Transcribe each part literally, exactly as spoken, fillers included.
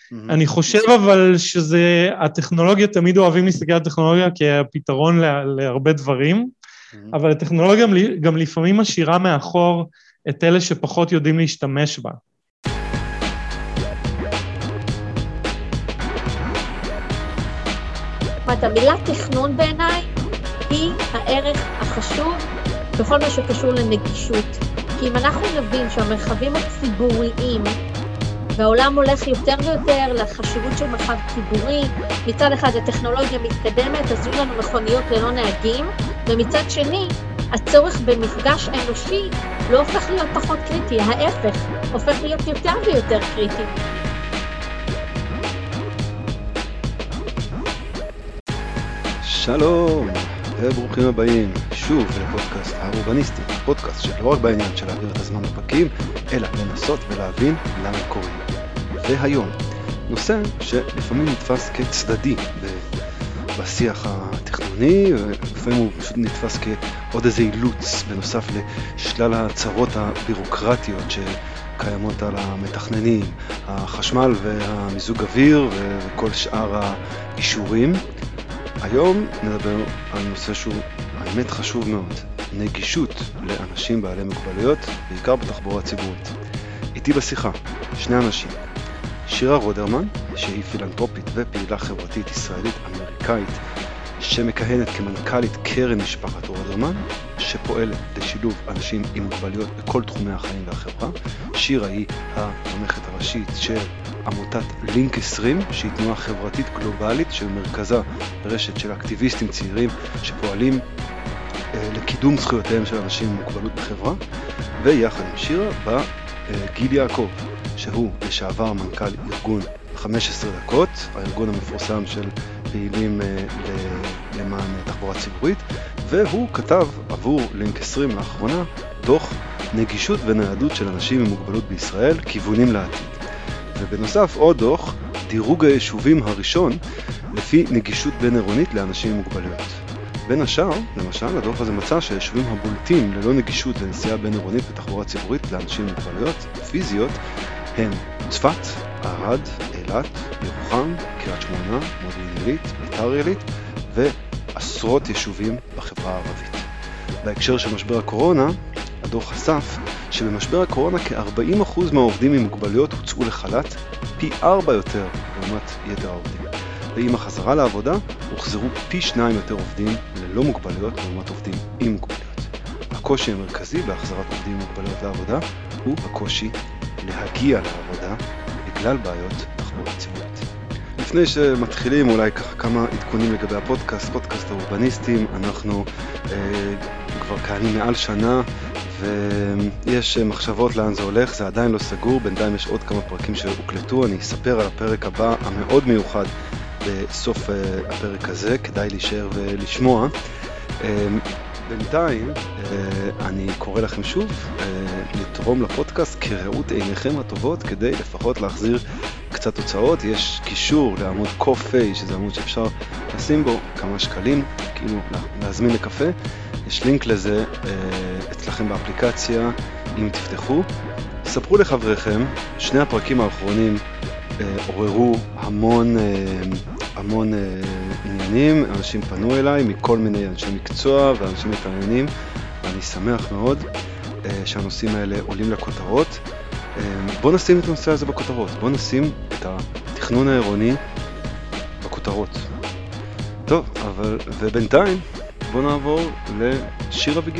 אני חושב אבל שזה, הטכנולוגיה, תמיד אוהבים להסתכל על הטכנולוגיה כפתרון להרבה דברים, אבל הטכנולוגיה גם לפעמים משאירה מאחור את אלה שפחות יודעים להשתמש בה. זאת המילה תכנון בעיניי היא הערך החשוב בכל מה שקשור לנגישות. כי אם אנחנו נבין שהמרחבים הציבוריים והעולם הולך יותר ויותר לחשיבות של מרחב ציבורי, מצד אחד הטכנולוגיה מתקדמת, אז יהיו לנו מכוניות ללא נהגים, ומצד שני, הצורך במפגש אנושי לא הופך להיות פחות קריטי, ההפך, הופך להיות יותר ויותר קריטי. שלום, וברוכים הבאים שוב לפודקאסט האורבניסטים, פודקאסט שלא רק בעניין של להעביר את הזמן בפרקים, אלא לנסות ולהבין למה קוראים. והיום, נושא שלפעמים נתפס כצדדי בשיח התכנוני, ולפעמים הוא פשוט נתפס כעוד איזה אילוץ, בנוסף לשלל הצרות הבירוקרטיות שקיימות על המתכננים, החשמל והמיזוג אוויר וכל שאר האישורים. היום נדבר על נושא שהוא האמת חשוב מאוד, נגישות לאנשים בעלי מוגבלויות, בעיקר בתחבורה ציבורית. איתי בשיחה שני אנשים, שירה רודרמן, שהיא פילנתרופית ופעילה חברתית ישראלית אמריקאית, שמכהנת כמנכ"לית קרן משפחת רודרמן, שפועלת לשילוב אנשים עם מוגבלויות בכל תחומי החיים והחברה. שירה היא התומכת הראשית של עמותת לינק עשרים, שהיא תנועה חברתית גלובלית שבמרכזה רשת של אקטיביסטים צעירים שפועלים אה, לקידום זכויותיהם של אנשים עם מוגבלות בחברה. ויחד עם שירה בא אה, גיל יעקב, שהוא לשעבר מנכ"ל ארגון חמש עשרה דקות, הארגון המפורסם של פעילים אה, למען תחבורה ציבורית, והוא כתב עבור לינק עשרים לאחרונה דוח נגישות וניידות של אנשים עם מוגבלות בישראל, כיוונים לעתיד. ובנוסף עוד דוח, דירוג היישובים הראשון לפי נגישות בין עירונית לאנשים עם מוגבלויות. בין השאר, למשל, הדוח הזה מצא שהיישובים הבולטים ללא נגישות לנסיעה בין עירונית ותחבורה ציבורית לאנשים עם מוגבלויות פיזיות הם צפת, ערד, אילת, ירוחם, קריית שמונה, מודיעין עילית, ביתר עילית ועשרות יישובים בחברה הערבית. בהקשר של משבר הקורונה, הדוח חשף שבמשבר הקורונה כ-ארבעים אחוז מהעובדים עם מוגבלויות הוצאו לחל"ת, פי ארבע יותר לעומת יתר העובדים. ועם החזרה לעבודה הוחזרו פי שניים יותר עובדים ללא מוגבלויות לעומת עובדים עם מוגבלויות. הקושי המרכזי בהחזרת עובדים עם מוגבלויות לעבודה הוא הקושי להגיע לעבודה בגלל בעיות תחבורה ציבורית. לפני שמתחילים אולי ככה כמה עדכונים לגבי הפודקאסט, פודקאסט האורבניסטים, אנחנו אה, כבר קיימים מעל שנה ויש מחשבות לאן זה הולך, זה עדיין לא סגור, בינתיים יש עוד כמה פרקים שהוקלטו, אני אספר על הפרק הבא המאוד מיוחד בסוף הפרק הזה, כדאי להישאר ולשמוע. בינתיים אני קורא לכם שוב לתרום לפודקאסט כראות עיניכם הטובות כדי לפחות להחזיר קצת תוצאות. יש קישור לעמוד קופי, שזה עמוד שאפשר לשים בו כמה שקלים, כאילו להזמין לקפה. יש לינק לזה אצלכם באפליקציה אם תפתחו. ספרו לחבריכם, שני הפרקים האחרונים עוררו המון המון עניינים, אנשים פנו אליי מכל מיני אנשי מקצוע ואנשים מתעניינים, ואני שמח מאוד שהנושאים האלה עולים לכותרות. בוא נשים את הנושא הזה בכותרות, בוא נשים את התכנון העירוני בכותרות. טוב, אבל ובינתיים בוא נעבור לשירה וגיל.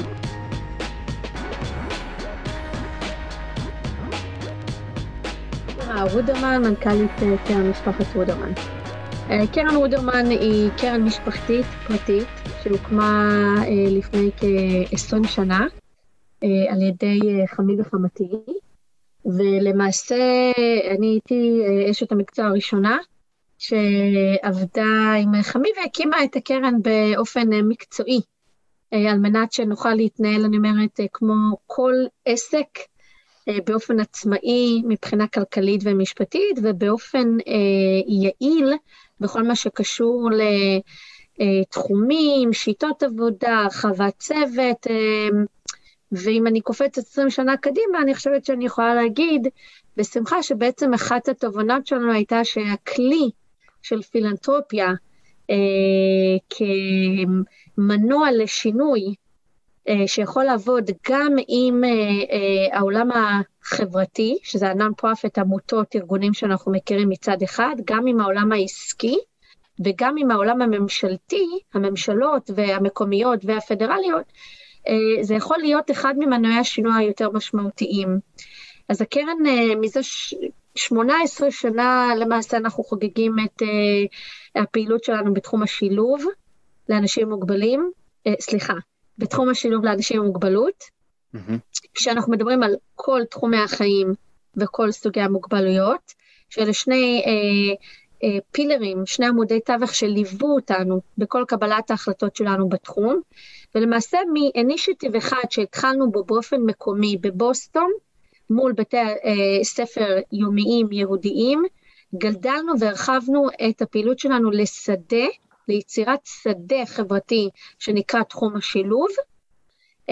רודרמן, מנכ"לית קרן משפחת רודרמן. קרן רודרמן היא קרן משפחתית פרטית שהוקמה לפני כ-עשרים שנה על ידי חמי וחמתי, ולמעשה אני הייתי אשת המקצוע הראשונה שעבדה עם חמי והקימה את הקרן באופן מקצועי, על מנת שנוכל להתנהל, אני אומרת, כמו כל עסק, באופן עצמאי מבחינה כלכלית ומשפטית, ובאופן יעיל בכל מה שקשור לתחומים, שיטות עבודה, הרחבת צוות, ואם אני קופצת עשרים שנה קדימה, אני חושבת שאני יכולה להגיד, בשמחה שבעצם אחת התובנות שלנו הייתה שהכלי של פילנתרופיה, אה, כמנוע לשינוי, אה, שיכול לעבוד גם עם אה, אה, העולם החברתי, שזה ה-non-profit, עמותות, ארגונים שאנחנו מכירים מצד אחד, גם עם העולם העסקי, וגם עם העולם הממשלתי, הממשלות והמקומיות והפדרליות, אה, זה יכול להיות אחד ממנועי השינוי היותר משמעותיים. אז הקרן, אה, מזה ש... שמונה עשרה שנה למעשה אנחנו חוגגים את uh, הפעילות שלנו בתחום השילוב לאנשים מוגבלים, uh, סליחה, בתחום השילוב לאנשים עם מוגבלות, mm-hmm. כשאנחנו מדברים על כל תחומי החיים וכל סוגי המוגבלויות, שאלה שני uh, uh, פילרים, שני עמודי תווך שליוו אותנו בכל קבלת ההחלטות שלנו בתחום, ולמעשה מאינישיטיב אחד שהתחלנו בו באופן מקומי בבוסטון, מול בתי אה, ספר יומיים יהודיים, גדלנו והרחבנו את הפעילות שלנו לשדה, ליצירת שדה חברתי שנקרא תחום השילוב, אה,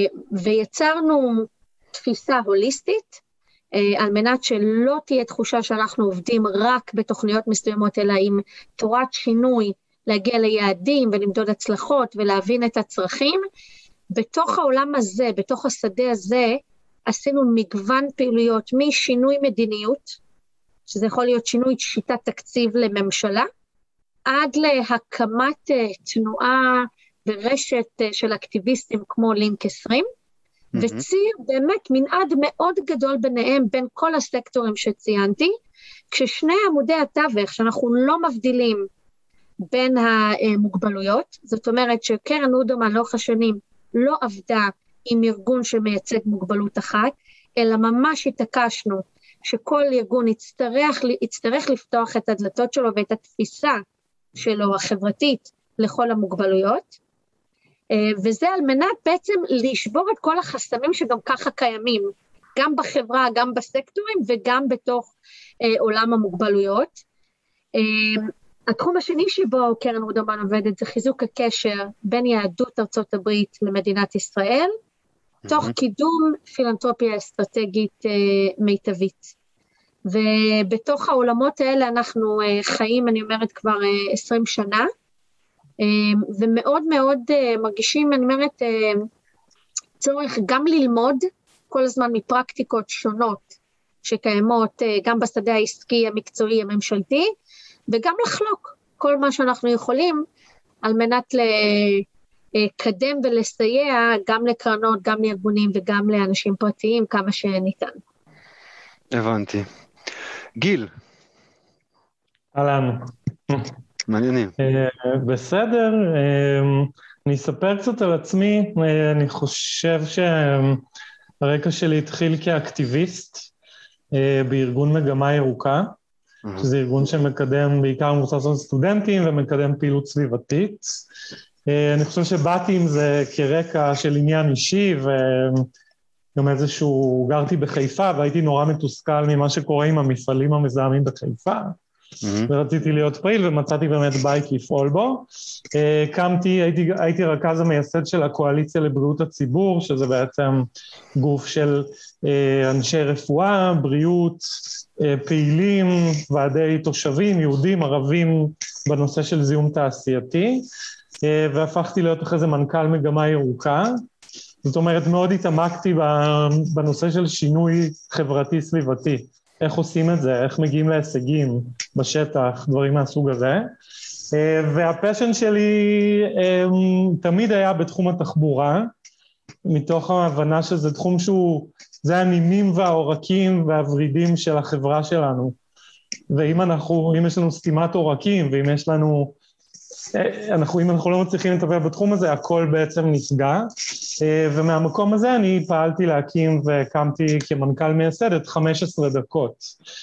ויצרנו תפיסה הוליסטית, אה, על מנת שלא תהיה תחושה שאנחנו עובדים רק בתוכניות מסוימות, אלא עם תורת שינוי, להגיע ליעדים ולמדוד הצלחות ולהבין את הצרכים. בתוך העולם הזה, בתוך השדה הזה, עשינו מגוון פעילויות משינוי מדיניות, שזה יכול להיות שינוי שיטת תקציב לממשלה, עד להקמת תנועה ורשת של אקטיביסטים כמו לינק עשרים, mm-hmm. וציר באמת מנעד מאוד גדול ביניהם, בין כל הסקטורים שציינתי, כששני עמודי התווך שאנחנו לא מבדילים בין המוגבלויות, זאת אומרת שקרן אודרמן לאורך השנים לא עבדה עם ארגון שמייצג מוגבלות אחת, אלא ממש התעקשנו שכל ארגון יצטרך, יצטרך לפתוח את הדלתות שלו ואת התפיסה שלו החברתית לכל המוגבלויות, וזה על מנת בעצם לשבור את כל החסמים שגם ככה קיימים, גם בחברה, גם בסקטורים וגם בתוך עולם המוגבלויות. התחום השני שבו קרן אודרמן עובדת זה חיזוק הקשר בין יהדות ארצות הברית למדינת ישראל, תוך קידום פילנתרופיה אסטרטגית מיטבית. ובתוך העולמות האלה אנחנו חיים, אני אומרת, כבר עשרים שנה, ומאוד מאוד מרגישים, אני אומרת, צורך גם ללמוד כל הזמן מפרקטיקות שונות שקיימות גם בשדה העסקי, המקצועי, הממשלתי, וגם לחלוק כל מה שאנחנו יכולים על מנת לקדם ולסייע גם לקרנות, גם לארגונים וגם לאנשים פרטיים כמה שניתן. הבנתי. גיל. אהלן. מעניינים. בסדר, אני אספר קצת על עצמי, אני חושב שהרקע שלי התחיל כאקטיביסט בארגון מגמה ירוקה, שזה ארגון שמקדם בעיקר מבוסס סטודנטים ומקדם פעילות סביבתית. אני חושב שבאתי עם זה כרקע של עניין אישי, וגם איזשהו, גרתי בחיפה והייתי נורא מתוסכל ממה שקורה עם המפעלים המזהמים בחיפה, ורציתי להיות פעיל ומצאתי באמת בית לפעול בו. קמתי, הייתי, הייתי רכז המייסד של הקואליציה לבריאות הציבור, שזה בעצם גוף של אנשי רפואה, בריאות, פעילים, ועדי תושבים, יהודים, ערבים, בנושא של זיהום תעשייתי, והפכתי להיות אחרי זה מנכ"ל מגמה ירוקה. זאת אומרת, מאוד התעמקתי בנושא של שינוי חברתי סביבתי. איך עושים את זה, איך מגיעים להישגים בשטח, דברים מהסוג הזה. והפשן שלי תמיד היה בתחום התחבורה, מתוך ההבנה שזה תחום שהוא, זה הנימים והעורקים והוורידים של החברה שלנו. ואם אנחנו, אם יש לנו סתימת עורקים, ואם יש לנו, אנחנו, אם אנחנו לא מצליחים לטפל בתחום הזה, הכל בעצם נפגע. ומהמקום הזה אני פעלתי להקים והקמתי כמנכ"ל מייסד את חמש עשרה דקות,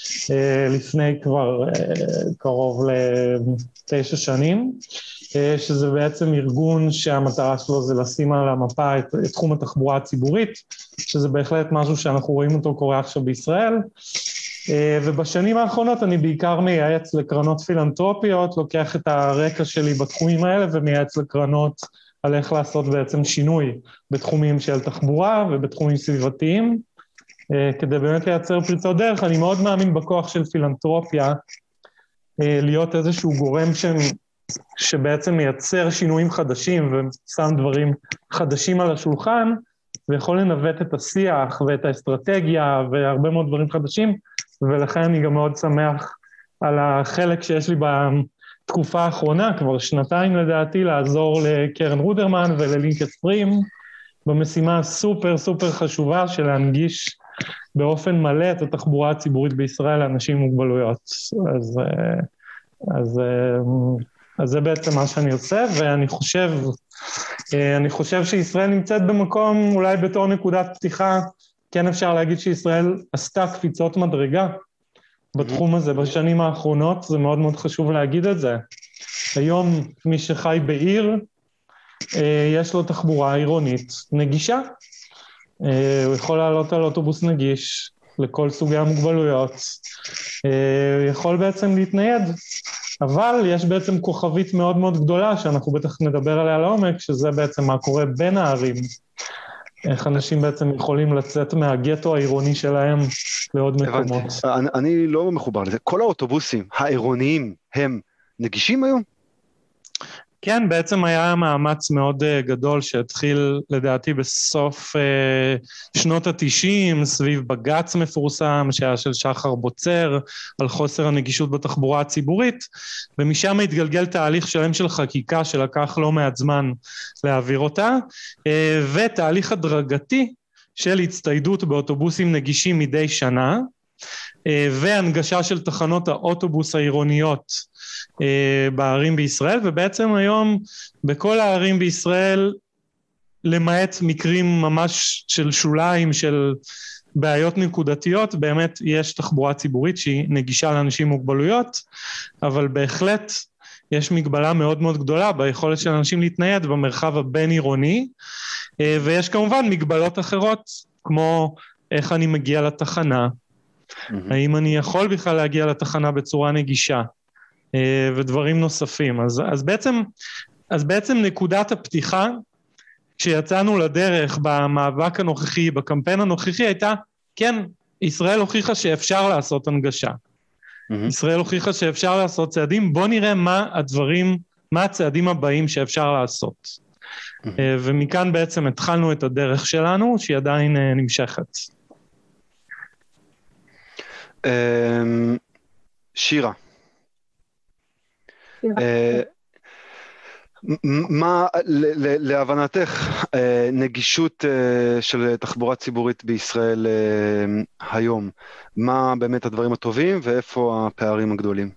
לפני כבר קרוב לתשע שנים, שזה בעצם ארגון שהמטרה שלו זה לשים על המפה את, את תחום התחבורה הציבורית, שזה בהחלט משהו שאנחנו רואים אותו קורה עכשיו בישראל, ובשנים האחרונות אני בעיקר מייעץ לקרנות פילנתרופיות, לוקח את הרקע שלי בתחומים האלה ומייעץ לקרנות על איך לעשות בעצם שינוי בתחומים של תחבורה ובתחומים סביבתיים, כדי באמת לייצר פריצות דרך. אני מאוד מאמין בכוח של פילנתרופיה, להיות איזשהו גורם ש... שבעצם מייצר שינויים חדשים ושם דברים חדשים על השולחן, ויכול לנווט את השיח ואת האסטרטגיה והרבה מאוד דברים חדשים, ולכן אני גם מאוד שמח על החלק שיש לי בתקופה האחרונה, כבר שנתיים לדעתי, לעזור לקרן רודרמן וללינקד פרים, במשימה סופר סופר חשובה של להנגיש באופן מלא את התחבורה הציבורית בישראל לאנשים עם מוגבלויות. אז, אז, אז זה בעצם מה שאני עושה, ואני חושב, אני חושב שישראל נמצאת במקום, אולי בתור נקודת פתיחה, כן אפשר להגיד שישראל עשתה קפיצות מדרגה בתחום הזה בשנים האחרונות, זה מאוד מאוד חשוב להגיד את זה. היום מי שחי בעיר, יש לו תחבורה עירונית נגישה, הוא יכול לעלות על אוטובוס נגיש לכל סוגי המוגבלויות, יכול בעצם להתנייד, אבל יש בעצם כוכבית מאוד מאוד גדולה, שאנחנו בטח נדבר עליה לעומק, שזה בעצם מה קורה בין הערים, איך אנשים בעצם יכולים לצאת מהגטו העירוני שלהם לעוד מקומות. אני, אני לא מחובר לזה, כל האוטובוסים העירוניים הם נגישים היום? כן, בעצם היה מאמץ מאוד גדול שהתחיל לדעתי בסוף שנות ה-תשעים, סביב בגץ מפורסם שהיה של שחר בוצר, על חוסר הנגישות בתחבורה הציבורית, ומשם התגלגל תהליך שלם של חקיקה שלקח לא מעט זמן להעביר אותה, ותהליך הדרגתי של הצטיידות באוטובוסים נגישים מדי שנה, והנגשה של תחנות האוטובוס העירוניות בערים בישראל, ובעצם היום בכל הערים בישראל, למעט מקרים ממש של שוליים, של בעיות נקודתיות, באמת יש תחבורה ציבורית שהיא נגישה לאנשים עם מוגבלויות, אבל בהחלט יש מגבלה מאוד מאוד גדולה ביכולת של אנשים להתנייד במרחב הבין עירוני, ויש כמובן מגבלות אחרות, כמו איך אני מגיע לתחנה, האם אני יכול בכלל להגיע לתחנה בצורה נגישה, ודברים נוספים. אז, אז בעצם, אז בעצם נקודת הפתיחה, כשיצאנו לדרך במאבק הנוכחי, בקמפיין הנוכחי, הייתה, כן, ישראל הוכיחה שאפשר לעשות הנגשה. Mm-hmm. ישראל הוכיחה שאפשר לעשות צעדים, בוא נראה מה הדברים, מה הצעדים הבאים שאפשר לעשות. Mm-hmm. ומכאן בעצם התחלנו את הדרך שלנו, שהיא עדיין נמשכת. שירה. מה להבנתך נגישות של תחבורה ציבורית בישראל היום? מה באמת הדברים הטובים ואיפה הפערים הגדולים?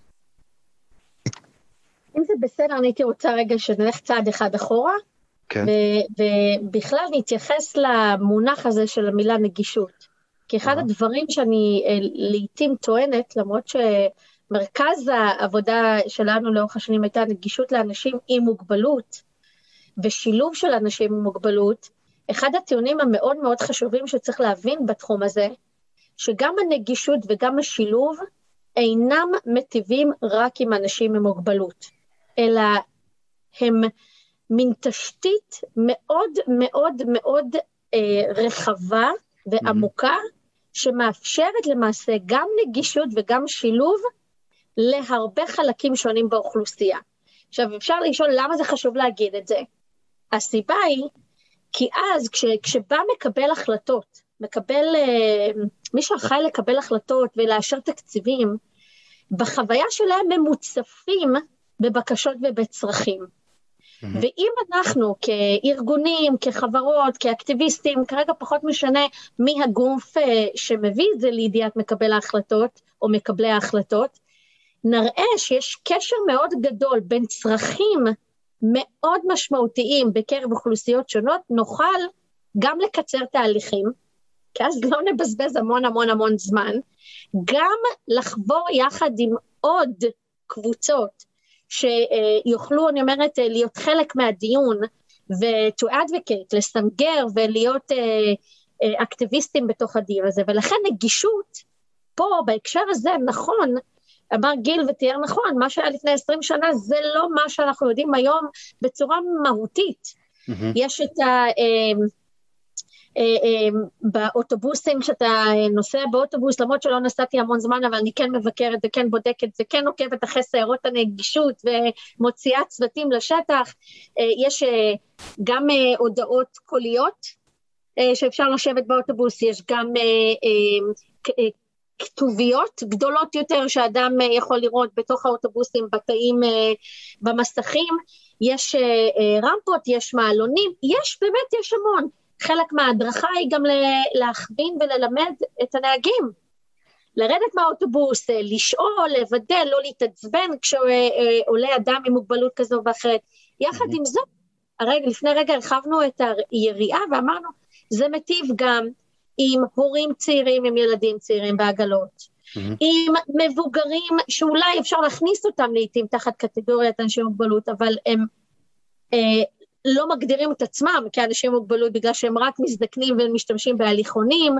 אם זה בסדר, אני הייתי רוצה רגע שנלך צעד אחד אחורה, כן. ובכלל נתייחס למונח הזה של המילה נגישות. כי אחד הדברים שאני לעתים טוענת, למרות שמרכז העבודה שלנו לאורך השנים הייתה נגישות לאנשים עם מוגבלות, ושילוב של אנשים עם מוגבלות, אחד הטיעונים המאוד מאוד חשובים שצריך להבין בתחום הזה, שגם הנגישות וגם השילוב אינם מטיבים רק עם אנשים עם מוגבלות, אלא הם מין תשתית מאוד מאוד מאוד אה, רחבה ועמוקה, שמאפשרת למעשה גם נגישות וגם שילוב להרבה חלקים שונים באוכלוסייה. עכשיו אפשר לשאול למה זה חשוב להגיד את זה. הסיבה היא כי אז כש, כשבא מקבל החלטות, מקבל, מי שאחראי לקבל החלטות ולאשר תקציבים, בחוויה שלהם ממוצפים בבקשות ובצרכים. ואם אנחנו כארגונים, כחברות, כאקטיביסטים, כרגע פחות משנה מי הגוף שמביא את זה לידיעת מקבל ההחלטות או מקבלי ההחלטות, נראה שיש קשר מאוד גדול בין צרכים מאוד משמעותיים בקרב אוכלוסיות שונות, נוכל גם לקצר תהליכים, כי אז לא נבזבז המון המון המון זמן, גם לחבור יחד עם עוד קבוצות, שיוכלו, אני אומרת, להיות חלק מהדיון, ו-to advocate, לסנגר, ולהיות אקטיביסטים בתוך הדיון הזה, ולכן נגישות, פה, בהקשר הזה, נכון, אמר גיל ותיאר נכון, מה שהיה לפני עשרים שנה, זה לא מה שאנחנו יודעים היום בצורה מהותית, יש את ה... באוטובוסים, כשאתה נוסע באוטובוס, למרות שלא נסעתי המון זמן, אבל אני כן מבקרת וכן בודקת וכן עוקבת אחרי סיירות הנגישות ומוציאה צוותים לשטח. יש גם הודעות קוליות שאפשר לשבת באוטובוס, יש גם כתוביות גדולות יותר שאדם יכול לראות בתוך האוטובוסים, בתאים, במסכים, יש רמפות, יש מעלונים, יש באמת, יש המון. חלק מההדרכה היא גם להכווין וללמד את הנהגים, לרדת מהאוטובוס, לשאול, לוודא, לא להתעצבן כשעולה אדם עם מוגבלות כזו ואחרת. יחד עם זאת, הרגע, לפני רגע הרחבנו את היריעה ואמרנו, זה מטיב גם עם הורים צעירים, עם ילדים צעירים בעגלות, עם מבוגרים שאולי אפשר להכניס אותם לעתים תחת קטגוריית אנשים עם מוגבלות, אבל הם... לא מגדירים את עצמם כאנשים מוגבלות, בגלל שהם רק מזדקנים ומשתמשים בהליכונים,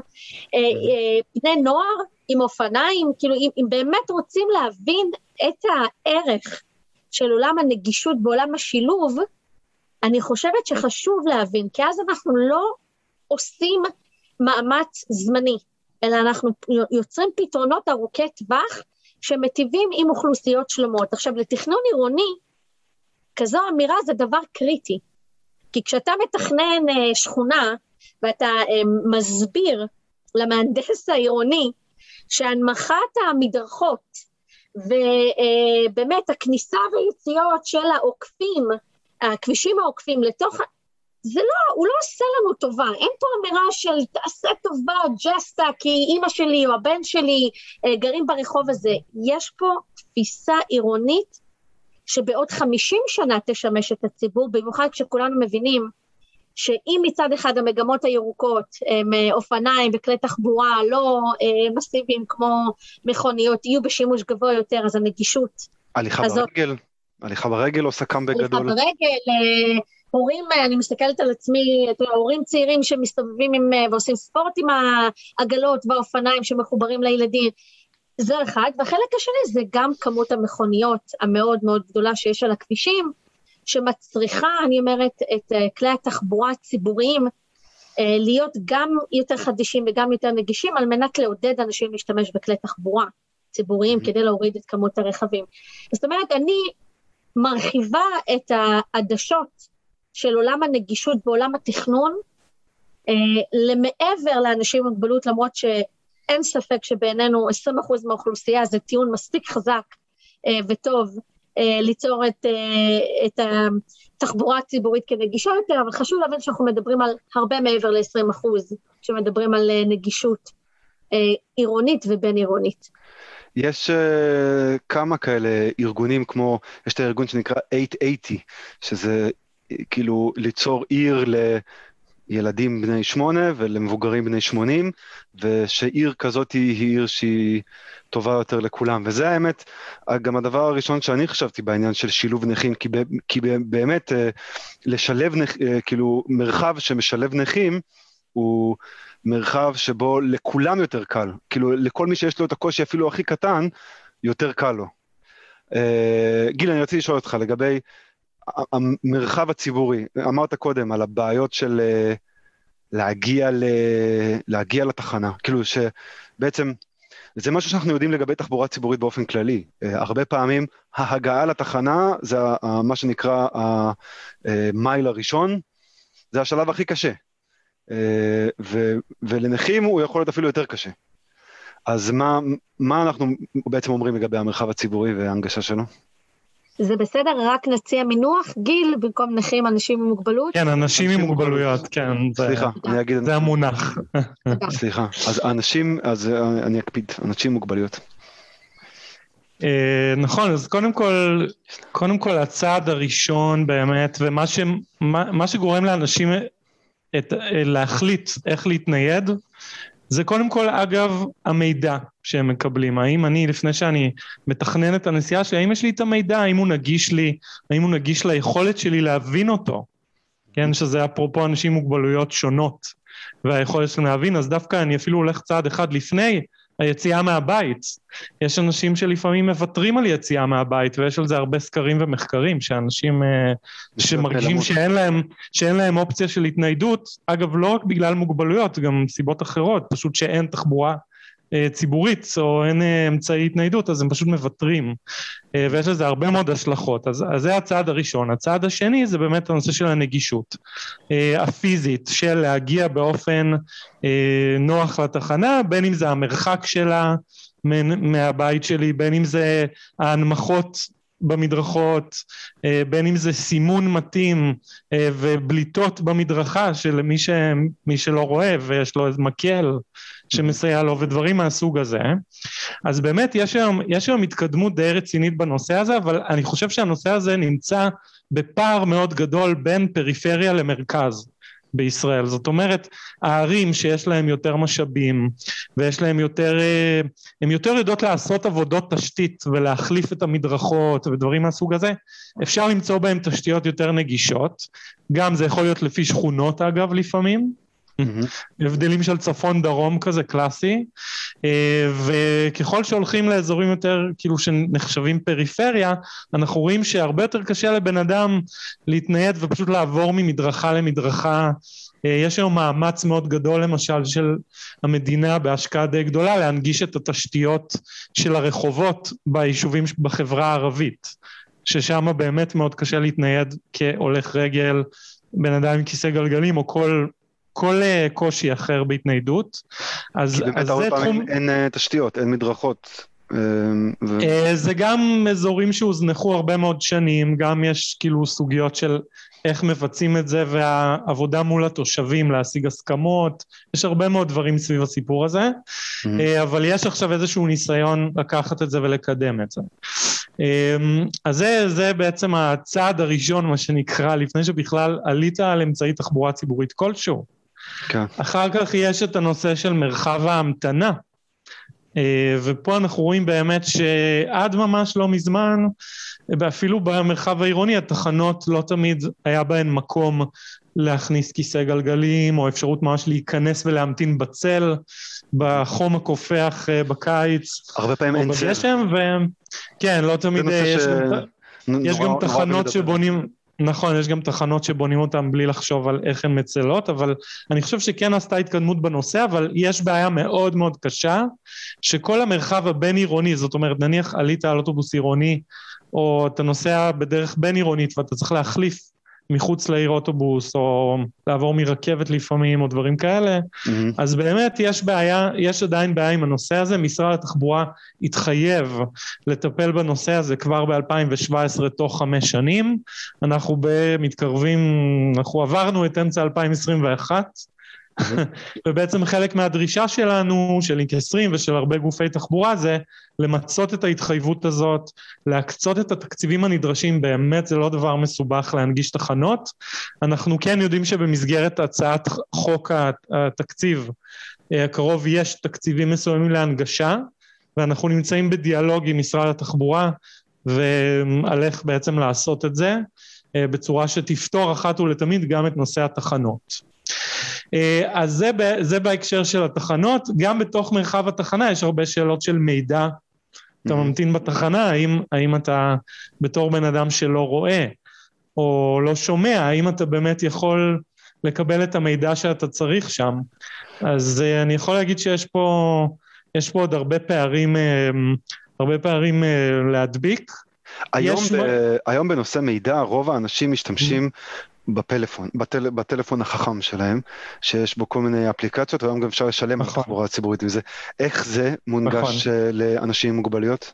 בני נוער עם אופניים, כאילו אם, אם באמת רוצים להבין את הערך של עולם הנגישות בעולם השילוב, אני חושבת שחשוב להבין, כי אז אנחנו לא עושים מאמץ זמני, אלא אנחנו יוצרים פתרונות ארוכי טווח, שמטיבים עם אוכלוסיות שלמות. עכשיו, לתכנון עירוני, כזו אמירה זה דבר קריטי, כי כשאתה מתכנן שכונה, ואתה מסביר למהנדס העירוני, שהנמכת המדרכות, ובאמת הכניסה ויציאות של העוקפים, הכבישים העוקפים לתוך, זה לא, הוא לא עושה לנו טובה, אין פה אמירה של תעשה טובה, ג'סטה, כי אמא שלי או הבן שלי גרים ברחוב הזה, יש פה תפיסה עירונית, שבעוד חמישים שנה תשמש את הציבור, במיוחד כשכולנו מבינים, שאם מצד אחד המגמות הירוקות, הם אופניים וכלי תחבורה לא מסיביים כמו מכוניות, יהיו בשימוש גבוה יותר, אז הנגישות הליכה הזאת, ברגל, הליכה ברגל או סכם בגדול? הליכה ברגל, הורים, אני מסתכלת על עצמי, הורים צעירים שמסתובבים עם, ועושים ספורט עם העגלות והאופניים שמחוברים לילדים, זה אחד, והחלק השני זה גם כמות המכוניות המאוד מאוד גדולה שיש על הכבישים, שמצריכה, אני אומרת, את כלי התחבורה הציבוריים, להיות גם יותר חדישים וגם יותר נגישים, על מנת לעודד אנשים להשתמש בכלי תחבורה ציבוריים, mm-hmm. כדי להוריד את כמות הרכבים. זאת אומרת, אני מרחיבה את העדשות של עולם הנגישות בעולם התכנון, למעבר לאנשים עם מוגבלות, למרות ש... אין ספק שבינינו עשרים אחוז מהאוכלוסייה, זה טיעון מספיק חזק אה, וטוב אה, ליצור את, אה, את התחבורה הציבורית כנגישה יותר, אבל חשוב להבין שאנחנו מדברים על הרבה מעבר ל-עשרים אחוז, כשמדברים על אה, נגישות אה, עירונית ובין עירונית. יש uh, כמה כאלה ארגונים, כמו, יש את הארגון שנקרא שמונה שמונים, שזה כאילו ליצור עיר ל... ילדים בני שמונה ולמבוגרים בני שמונים, ושעיר כזאת היא עיר שהיא טובה יותר לכולם. וזה האמת, גם הדבר הראשון שאני חשבתי בעניין של שילוב נכים, כי, כי באמת לשלב, כאילו מרחב שמשלב נכים, הוא מרחב שבו לכולם יותר קל, כאילו לכל מי שיש לו את הקושי אפילו הכי קטן, יותר קל לו. גיל, אני רציתי לשאול אותך לגבי, המרחב הציבורי, אמרת קודם על הבעיות של להגיע, ל... להגיע לתחנה, כאילו שבעצם זה משהו שאנחנו יודעים לגבי תחבורה ציבורית באופן כללי, הרבה פעמים ההגעה לתחנה זה מה שנקרא המייל הראשון, זה השלב הכי קשה, ו... ולנכים הוא יכול להיות אפילו יותר קשה, אז מה, מה אנחנו בעצם אומרים לגבי המרחב הציבורי וההנגשה שלו? זה בסדר, רק נציע מינוח, גיל, במקום נכים, אנשים עם מוגבלות. כן, אנשים עם מוגבלויות, כן. סליחה, אני אגיד... זה המונח. סליחה, אז אנשים, אז אני אקפיד, אנשים עם מוגבלויות. נכון, אז קודם כל, קודם כל הצעד הראשון באמת, ומה ש, מה שגורם לאנשים להחליט איך להתנייד, זה קודם כל, אגב, המידע שהם מקבלים. האם אני, לפני שאני מתכנן את הנסיעה שלי, האם יש לי את המידע, האם הוא נגיש לי, האם הוא נגיש ליכולת שלי להבין אותו, כן, שזה אפרופו אנשים עם מוגבלויות שונות, והיכולת שלהם להבין, אז דווקא אני אפילו הולך צעד אחד לפני היציאה מהבית. יש אנשים שלפעמים מוותרים על יציאה מהבית, ויש על זה הרבה סקרים ומחקרים, שאנשים שמרגישים שאין להם, שאין להם אופציה של התניידות, אגב לא רק בגלל מוגבלויות, גם סיבות אחרות, פשוט שאין תחבורה ציבורית או אין אמצעי התניידות, אז הם פשוט מבטרים, ויש לזה הרבה מאוד השלכות. אז, אז זה הצעד הראשון. הצעד השני זה באמת הנושא של הנגישות הפיזית, של להגיע באופן נוח לתחנה, בין אם זה המרחק שלה מהבית שלי, בין אם זה ההנמכות במדרכות, בין אם זה סימון מתאים ובליטות במדרכה של מי, ש... מי שלא רואה ויש לו איזה מקל שמסייע לו ודברים מהסוג הזה. אז באמת יש היום, יש היום התקדמות די רצינית בנושא הזה, אבל אני חושב שהנושא הזה נמצא בפער מאוד גדול בין פריפריה למרכז בישראל. זאת אומרת, הערים שיש להם יותר משאבים, ויש להם יותר, הם יותר יודעות לעשות עבודות תשתית, ולהחליף את המדרכות, ודברים מהסוג הזה, אפשר למצוא בהם תשתיות יותר נגישות, גם זה יכול להיות לפי שכונות אגב לפעמים, הבדלים של צפון דרום כזה קלאסי, וככל שהולכים לאזורים יותר כאילו שנחשבים פריפריה, אנחנו רואים שהרבה יותר קשה לבן אדם להתנייד ופשוט לעבור ממדרכה למדרכה. יש היום מאמץ מאוד גדול למשל של המדינה בהשקעה די גדולה להנגיש את התשתיות של הרחובות ביישובים בחברה הערבית, ששם באמת מאוד קשה להתנייד כהולך רגל, בן אדם עם כיסא גלגלים או כל כל קושי אחר בהתניידות. אז, כי באמת הרבה פעמים תחום... אין תשתיות, אין מדרכות. ו... זה גם אזורים שהוזנחו הרבה מאוד שנים, גם יש כאילו סוגיות של איך מבצעים את זה, והעבודה מול התושבים להשיג הסכמות, יש הרבה מאוד דברים סביב הסיפור הזה, mm-hmm. אבל יש עכשיו איזשהו ניסיון לקחת את זה ולקדם את זה. אז זה, זה בעצם הצעד הראשון, מה שנקרא, לפני שבכלל עלית על אמצעי תחבורה ציבורית כלשהו. כן. אחר כך יש את הנושא של מרחב ההמתנה, ופה אנחנו רואים באמת שעד ממש לא מזמן, אפילו במרחב העירוני, התחנות לא תמיד היה בהן מקום להכניס כיסא גלגלים, או אפשרות ממש להיכנס ולהמתין בצל, בחום הקופח בקיץ. הרבה פעמים אין צל. ו... כן, לא תמיד, יש, ש... גם, יש גם תחנות שבונים, נכון, יש גם תחנות שבונים אותם בלי לחשוב על איך הן מצלות, אבל אני חושב שכן עשתה התקדמות בנושא, אבל יש בעיה מאוד מאוד קשה, שכל המרחב הבין עירוני, זאת אומרת, נניח עלית על אוטובוס עירוני, או אתה נוסע בדרך בין עירונית, ואתה צריך להחליף מחוץ לעיר אוטובוס, או לעבור מרכבת לפעמים, או דברים כאלה, mm-hmm. אז באמת יש בעיה, יש עדיין בעיה עם הנושא הזה, משרד התחבורה התחייב לטפל בנושא הזה כבר ב-אלפיים שבע עשרה תוך חמש שנים, אנחנו מתקרבים, אנחנו עברנו את אמצע אלפיים עשרים ואחת, ובעצם חלק מהדרישה שלנו, של לינק עשרים ושל הרבה גופי תחבורה, זה למצות את ההתחייבות הזאת, להקצות את התקציבים הנדרשים, באמת זה לא דבר מסובך להנגיש תחנות, אנחנו כן יודעים שבמסגרת הצעת חוק התקציב הקרוב יש תקציבים מסוימים להנגשה, ואנחנו נמצאים בדיאלוג עם משרד התחבורה, ועל איך בעצם לעשות את זה, בצורה שתפתור אחת ולתמיד גם את נושא התחנות. אז זה, זה בהקשר של התחנות, גם בתוך מרחב התחנה יש הרבה שאלות של מידע, אתה ממתין בתחנה, האם, האם אתה בתור בן אדם שלא רואה, או לא שומע, האם אתה באמת יכול לקבל את המידע שאתה צריך שם, אז אני יכול להגיד שיש פה, יש פה עוד הרבה פערים, הרבה פערים להדביק. היום, ב, היום בנושא מידע, רוב האנשים משתמשים בפלאפון, בטל, בטלפון החכם שלהם, שיש בו כל מיני אפליקציות, והיום גם אפשר לשלם על תחבורה ציבורית וזה. איך זה מונגש לאנשים עם מוגבלויות?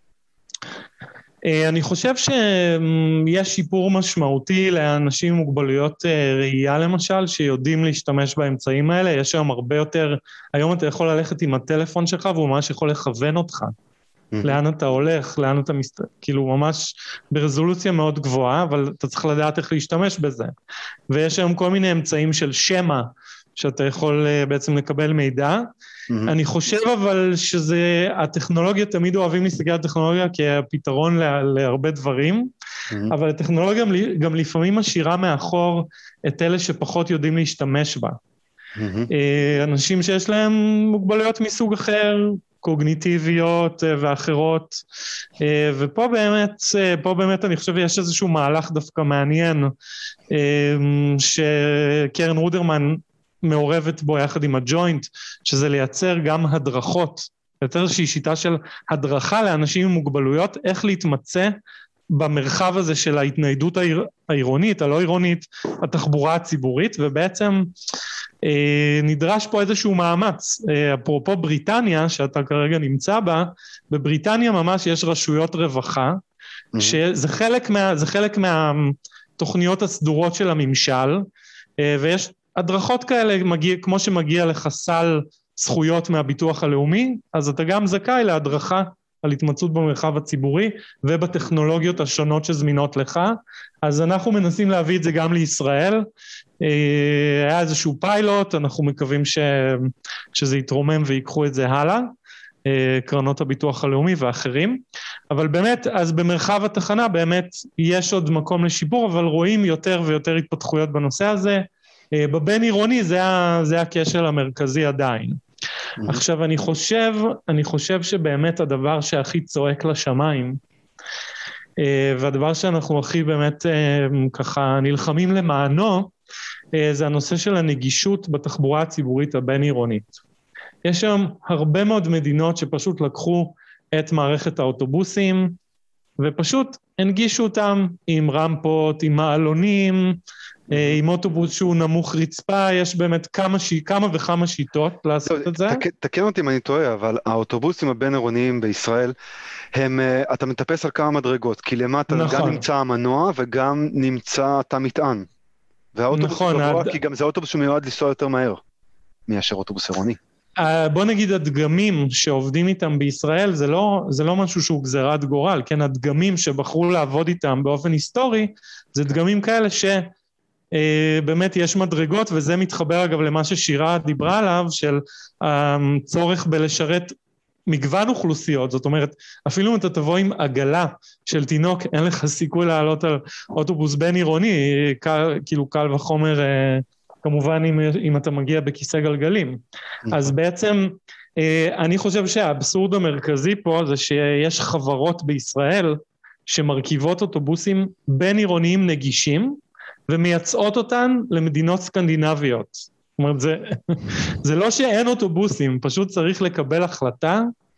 אני חושב שיש שיפור משמעותי לאנשים עם מוגבלויות ראייה למשל, שיודעים להשתמש באמצעים האלה, יש היום הרבה יותר, היום אתה יכול ללכת עם הטלפון שלך, והוא ממש יכול לכוון אותך. לאן אתה הולך, לאן אתה מסת... כאילו ממש ברזולוציה מאוד גבוהה, אבל אתה צריך לדעת איך להשתמש בזה. ויש היום כל מיני אמצעים של שמה, שאתה יכול בעצם לקבל מידע. אני חושב אבל שזה, הטכנולוגיה, תמיד אוהבים להסתכל על הטכנולוגיה כפתרון לה, להרבה דברים, אבל הטכנולוגיה גם, גם לפעמים משאירה מאחור את אלה שפחות יודעים להשתמש בה. אנשים שיש להם מוגבלויות מסוג אחר, קוגניטיביות ואחרות, ופה באמת, פה באמת אני חושב יש איזשהו מהלך דווקא מעניין, שקרן רודרמן מעורבת בו יחד עם הג'וינט, שזה לייצר גם הדרכות, יותר איזושהי שיטה של הדרכה לאנשים עם מוגבלויות, איך להתמצא במרחב הזה של ההתניידות העירונית, הלא עירונית, התחבורה הציבורית, ובעצם אה, נדרש פה איזשהו מאמץ. אה, אפרופו בריטניה, שאתה כרגע נמצא בה, בבריטניה ממש יש רשויות רווחה, mm-hmm. שזה חלק מה, זה חלק מהתוכניות הסדורות של הממשל, אה, ויש הדרכות כאלה, מגיע, כמו שמגיע לך סל זכויות מהביטוח הלאומי, אז אתה גם זכאי להדרכה, על התמצאות במרחב הציבורי ובטכנולוגיות השונות שזמינות לך, אז אנחנו מנסים להביא את זה גם לישראל, היה איזשהו פיילוט, אנחנו מקווים ש... שזה יתרומם ויקחו את זה הלאה, קרנות הביטוח הלאומי ואחרים, אבל באמת, אז במרחב התחנה באמת יש עוד מקום לשיפור, אבל רואים יותר ויותר התפתחויות בנושא הזה, בבין עירוני זה, ה... זה הכשל המרכזי עדיין. עכשיו אני חושב, אני חושב שבאמת הדבר שהכי צועק לשמיים, והדבר שאנחנו הכי באמת ככה נלחמים למענו, זה הנושא של הנגישות בתחבורה הציבורית הבין עירונית. יש שם הרבה מאוד מדינות שפשוט לקחו את מערכת האוטובוסים, ופשוט הנגישו אותם עם רמפות, עם מעלונים, עם אוטובוס שהוא נמוך רצפה, יש באמת כמה, כמה וכמה שיטות לעשות את זה. תקן אותי אם אני טועה, אבל האוטובוסים הבין עירוניים בישראל, הם, אתה מטפס על כמה מדרגות, כי למטה נכון. גם נמצא המנוע וגם נמצא תא מטען. והאוטובוס נכון, גבוה, הד... כי גם זה אוטובוס שמיועד לנסוע יותר מהר, מאשר אוטובוס עירוני. בוא נגיד הדגמים שעובדים איתם בישראל, זה לא, זה לא משהו שהוא גזירת גורל, כן, הדגמים שבחרו לעבוד איתם באופן היסטורי, זה דגמים כאלה ש... באמת יש מדרגות, וזה מתחבר אגב למה ששירה דיברה עליו, של הצורך בלשרת מגוון אוכלוסיות, זאת אומרת, אפילו אם אתה תבוא עם עגלה של תינוק, אין לך סיכוי לעלות על אוטובוס בין עירוני, קל, כאילו קל וחומר, כמובן אם, אם אתה מגיע בכיסא גלגלים. אז בעצם, אני חושב שהאבסורד המרכזי פה, זה שיש חברות בישראל, שמרכיבות אוטובוסים בין עירוניים נגישים, ומייצאות אותן למדינות סקנדינביות. זאת אומרת, זה, זה לא שאין אוטובוסים, פשוט צריך לקבל החלטה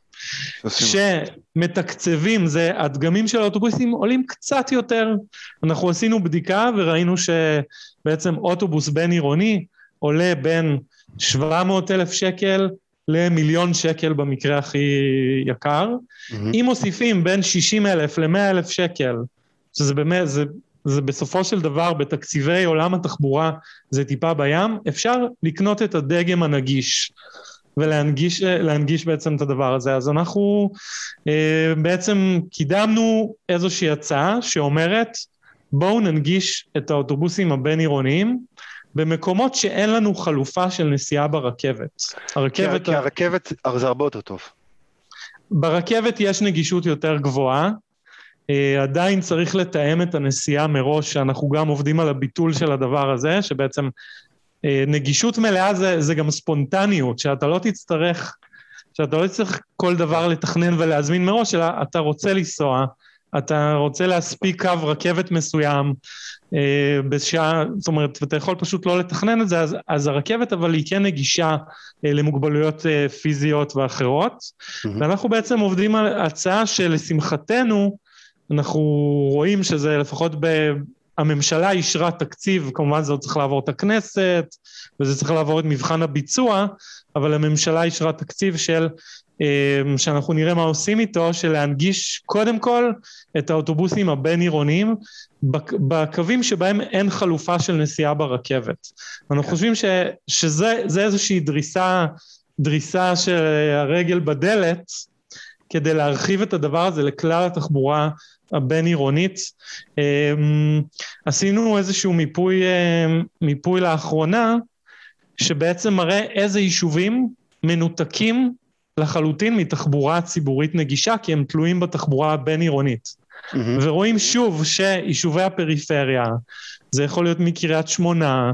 שמתקצבים, זה, הדגמים של האוטובוסים עולים קצת יותר. אנחנו עשינו בדיקה וראינו שבעצם אוטובוס בין עירוני עולה בין שבע מאות אלף שקל למיליון שקל במקרה הכי יקר. Mm-hmm. אם מוסיפים בין שישים אלף ל-מאה אלף שקל, שזה באמת, זה... זה בסופו של דבר, בתקציבי עולם התחבורה, זה טיפה בים, אפשר לקנות את הדגם הנגיש, ולהנגיש להנגיש בעצם את הדבר הזה. אז אנחנו אה, בעצם קידמנו איזושהי הצעה, שאומרת, בואו ננגיש את האוטובוסים הבין עירוניים, במקומות שאין לנו חלופה של נסיעה ברכבת. הרכבת... כי, כי הרכבת זה הרבה יותר טוב. ברכבת יש נגישות יותר גבוהה, Uh, עדיין צריך לתאם את הנסיעה מראש, שאנחנו גם עובדים על הביטול של הדבר הזה, שבעצם uh, נגישות מלאה זה, זה גם ספונטניות, שאתה לא תצטרך, שאתה לא תצטרך כל דבר לתכנן ולהזמין מראש, אלא אתה רוצה לנסוע, אתה רוצה להספיק קו רכבת מסוים, uh, בשעה, זאת אומרת, ואתה יכול פשוט לא לתכנן את זה, אז, אז הרכבת אבל היא כן נגישה uh, למוגבלויות uh, פיזיות ואחרות, mm-hmm. ואנחנו בעצם עובדים על הצעה שלשמחתנו, אנחנו רואים שזה לפחות הממשלה אישרה תקציב, כמובן זה צריך לעבור את הכנסת, וזה צריך לעבור את מבחן הביצוע, אבל הממשלה אישרה תקציב של, שאנחנו נראה מה עושים איתו, של להנגיש קודם כל את האוטובוסים הבין עירוניים, בקווים שבהם אין חלופה של נסיעה ברכבת. אנחנו חושבים ש, שזה זה איזושהי דריסה, דריסה של הרגל בדלת, כדי להרחיב את הדבר הזה לכלל התחבורה הבין עירונית. עשינו איזשהו מיפוי, מיפוי לאחרונה, שבעצם מראה איזה יישובים מנותקים לחלוטין מתחבורה ציבורית נגישה, כי הם תלויים בתחבורה הבין עירונית. Mm-hmm. ורואים שוב שיישובי הפריפריה, זה יכול להיות מקריית שמונה,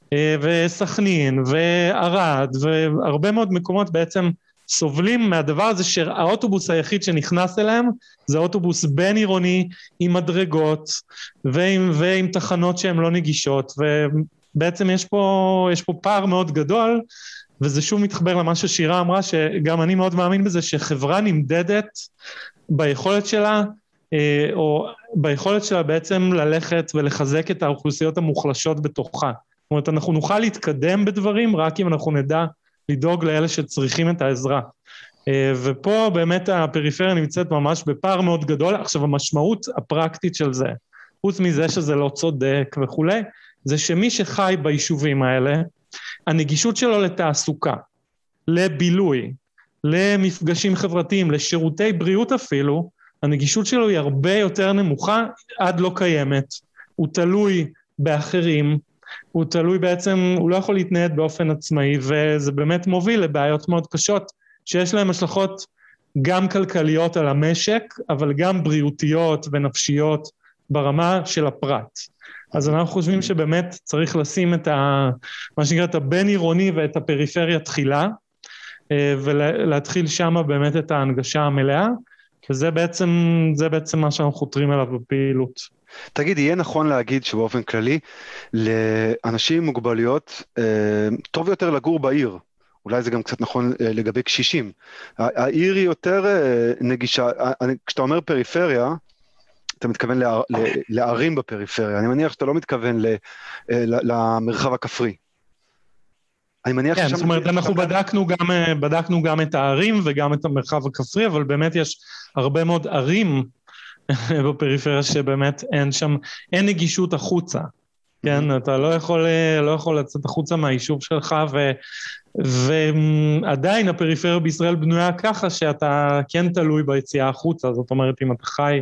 וסכנין, וערד, והרבה מאוד מקומות בעצם סובלים מהדבר הזה שהאוטובוס היחיד שנכנס אליהם, זה אוטובוס בין עירוני עם מדרגות, ועם, ועם תחנות שהן לא נגישות, ובעצם יש פה, יש פה פער מאוד גדול, וזה שוב מתחבר למה ששירה אמרה, שגם אני מאוד מאמין בזה, שחברה נמדדת ביכולת שלה, או ביכולת שלה בעצם ללכת ולחזק את האוכלוסיות המוחלשות בתוכה. זאת אומרת, אנחנו נוכל להתקדם בדברים, רק אם אנחנו נדע לדאוג לאלה שצריכים את העזרה. ופה באמת הפריפריה נמצאת ממש בפער מאוד גדול. עכשיו, המשמעות הפרקטית של זה, חוץ מזה שזה לא צודק וכולי, זה שמי שחי ביישובים האלה, הנגישות שלו לתעסוקה, לבילוי, למפגשים חברתיים, לשירותי בריאות אפילו, הנגישות שלו היא הרבה יותר נמוכה, עד לא קיימת. הוא תלוי באחרים, הוא תלוי בעצם, הוא לא יכול להתנהד באופן עצמאי, וזה באמת מוביל לבעיות מאוד קשות, שיש להם השלכות גם כלכליות על המשק, אבל גם בריאותיות ונפשיות ברמה של הפרט. אז אנחנו חושבים שבאמת צריך לשים את ה, מה שנקרא, את הבין עירוני ואת הפריפריה תחילה, ולהתחיל שמה באמת את ההנגשה המלאה, וזה בעצם, זה בעצם מה שאנחנו חותרים אליו בפעילות. תגיד, יהיה נכון להגיד שבאופן כללי, לאנשים עם מוגבלויות, טוב יותר לגור בעיר, אולי זה גם קצת נכון לגבי קשישים, העיר היא יותר נגישה, כשאתה אומר פריפריה, אתה מתכוון לערים בפריפריה, אני מניח שאתה לא מתכוון למרחב הכפרי. אני מניח כן, זאת אומרת, אנחנו בדקנו גם, בדקנו גם את הערים וגם את המרחב הכפרי, אבל באמת יש הרבה מאוד ערים בפריפריה שבאמת אין שם, אין נגישות החוצה, כן, אתה לא יכול, לא יכול לצאת החוצה מהיישוב שלך, ו, ועדיין הפריפריה בישראל בנויה ככה שאתה כן תלוי ביציאה החוצה, זאת אומרת, אם אתה חי,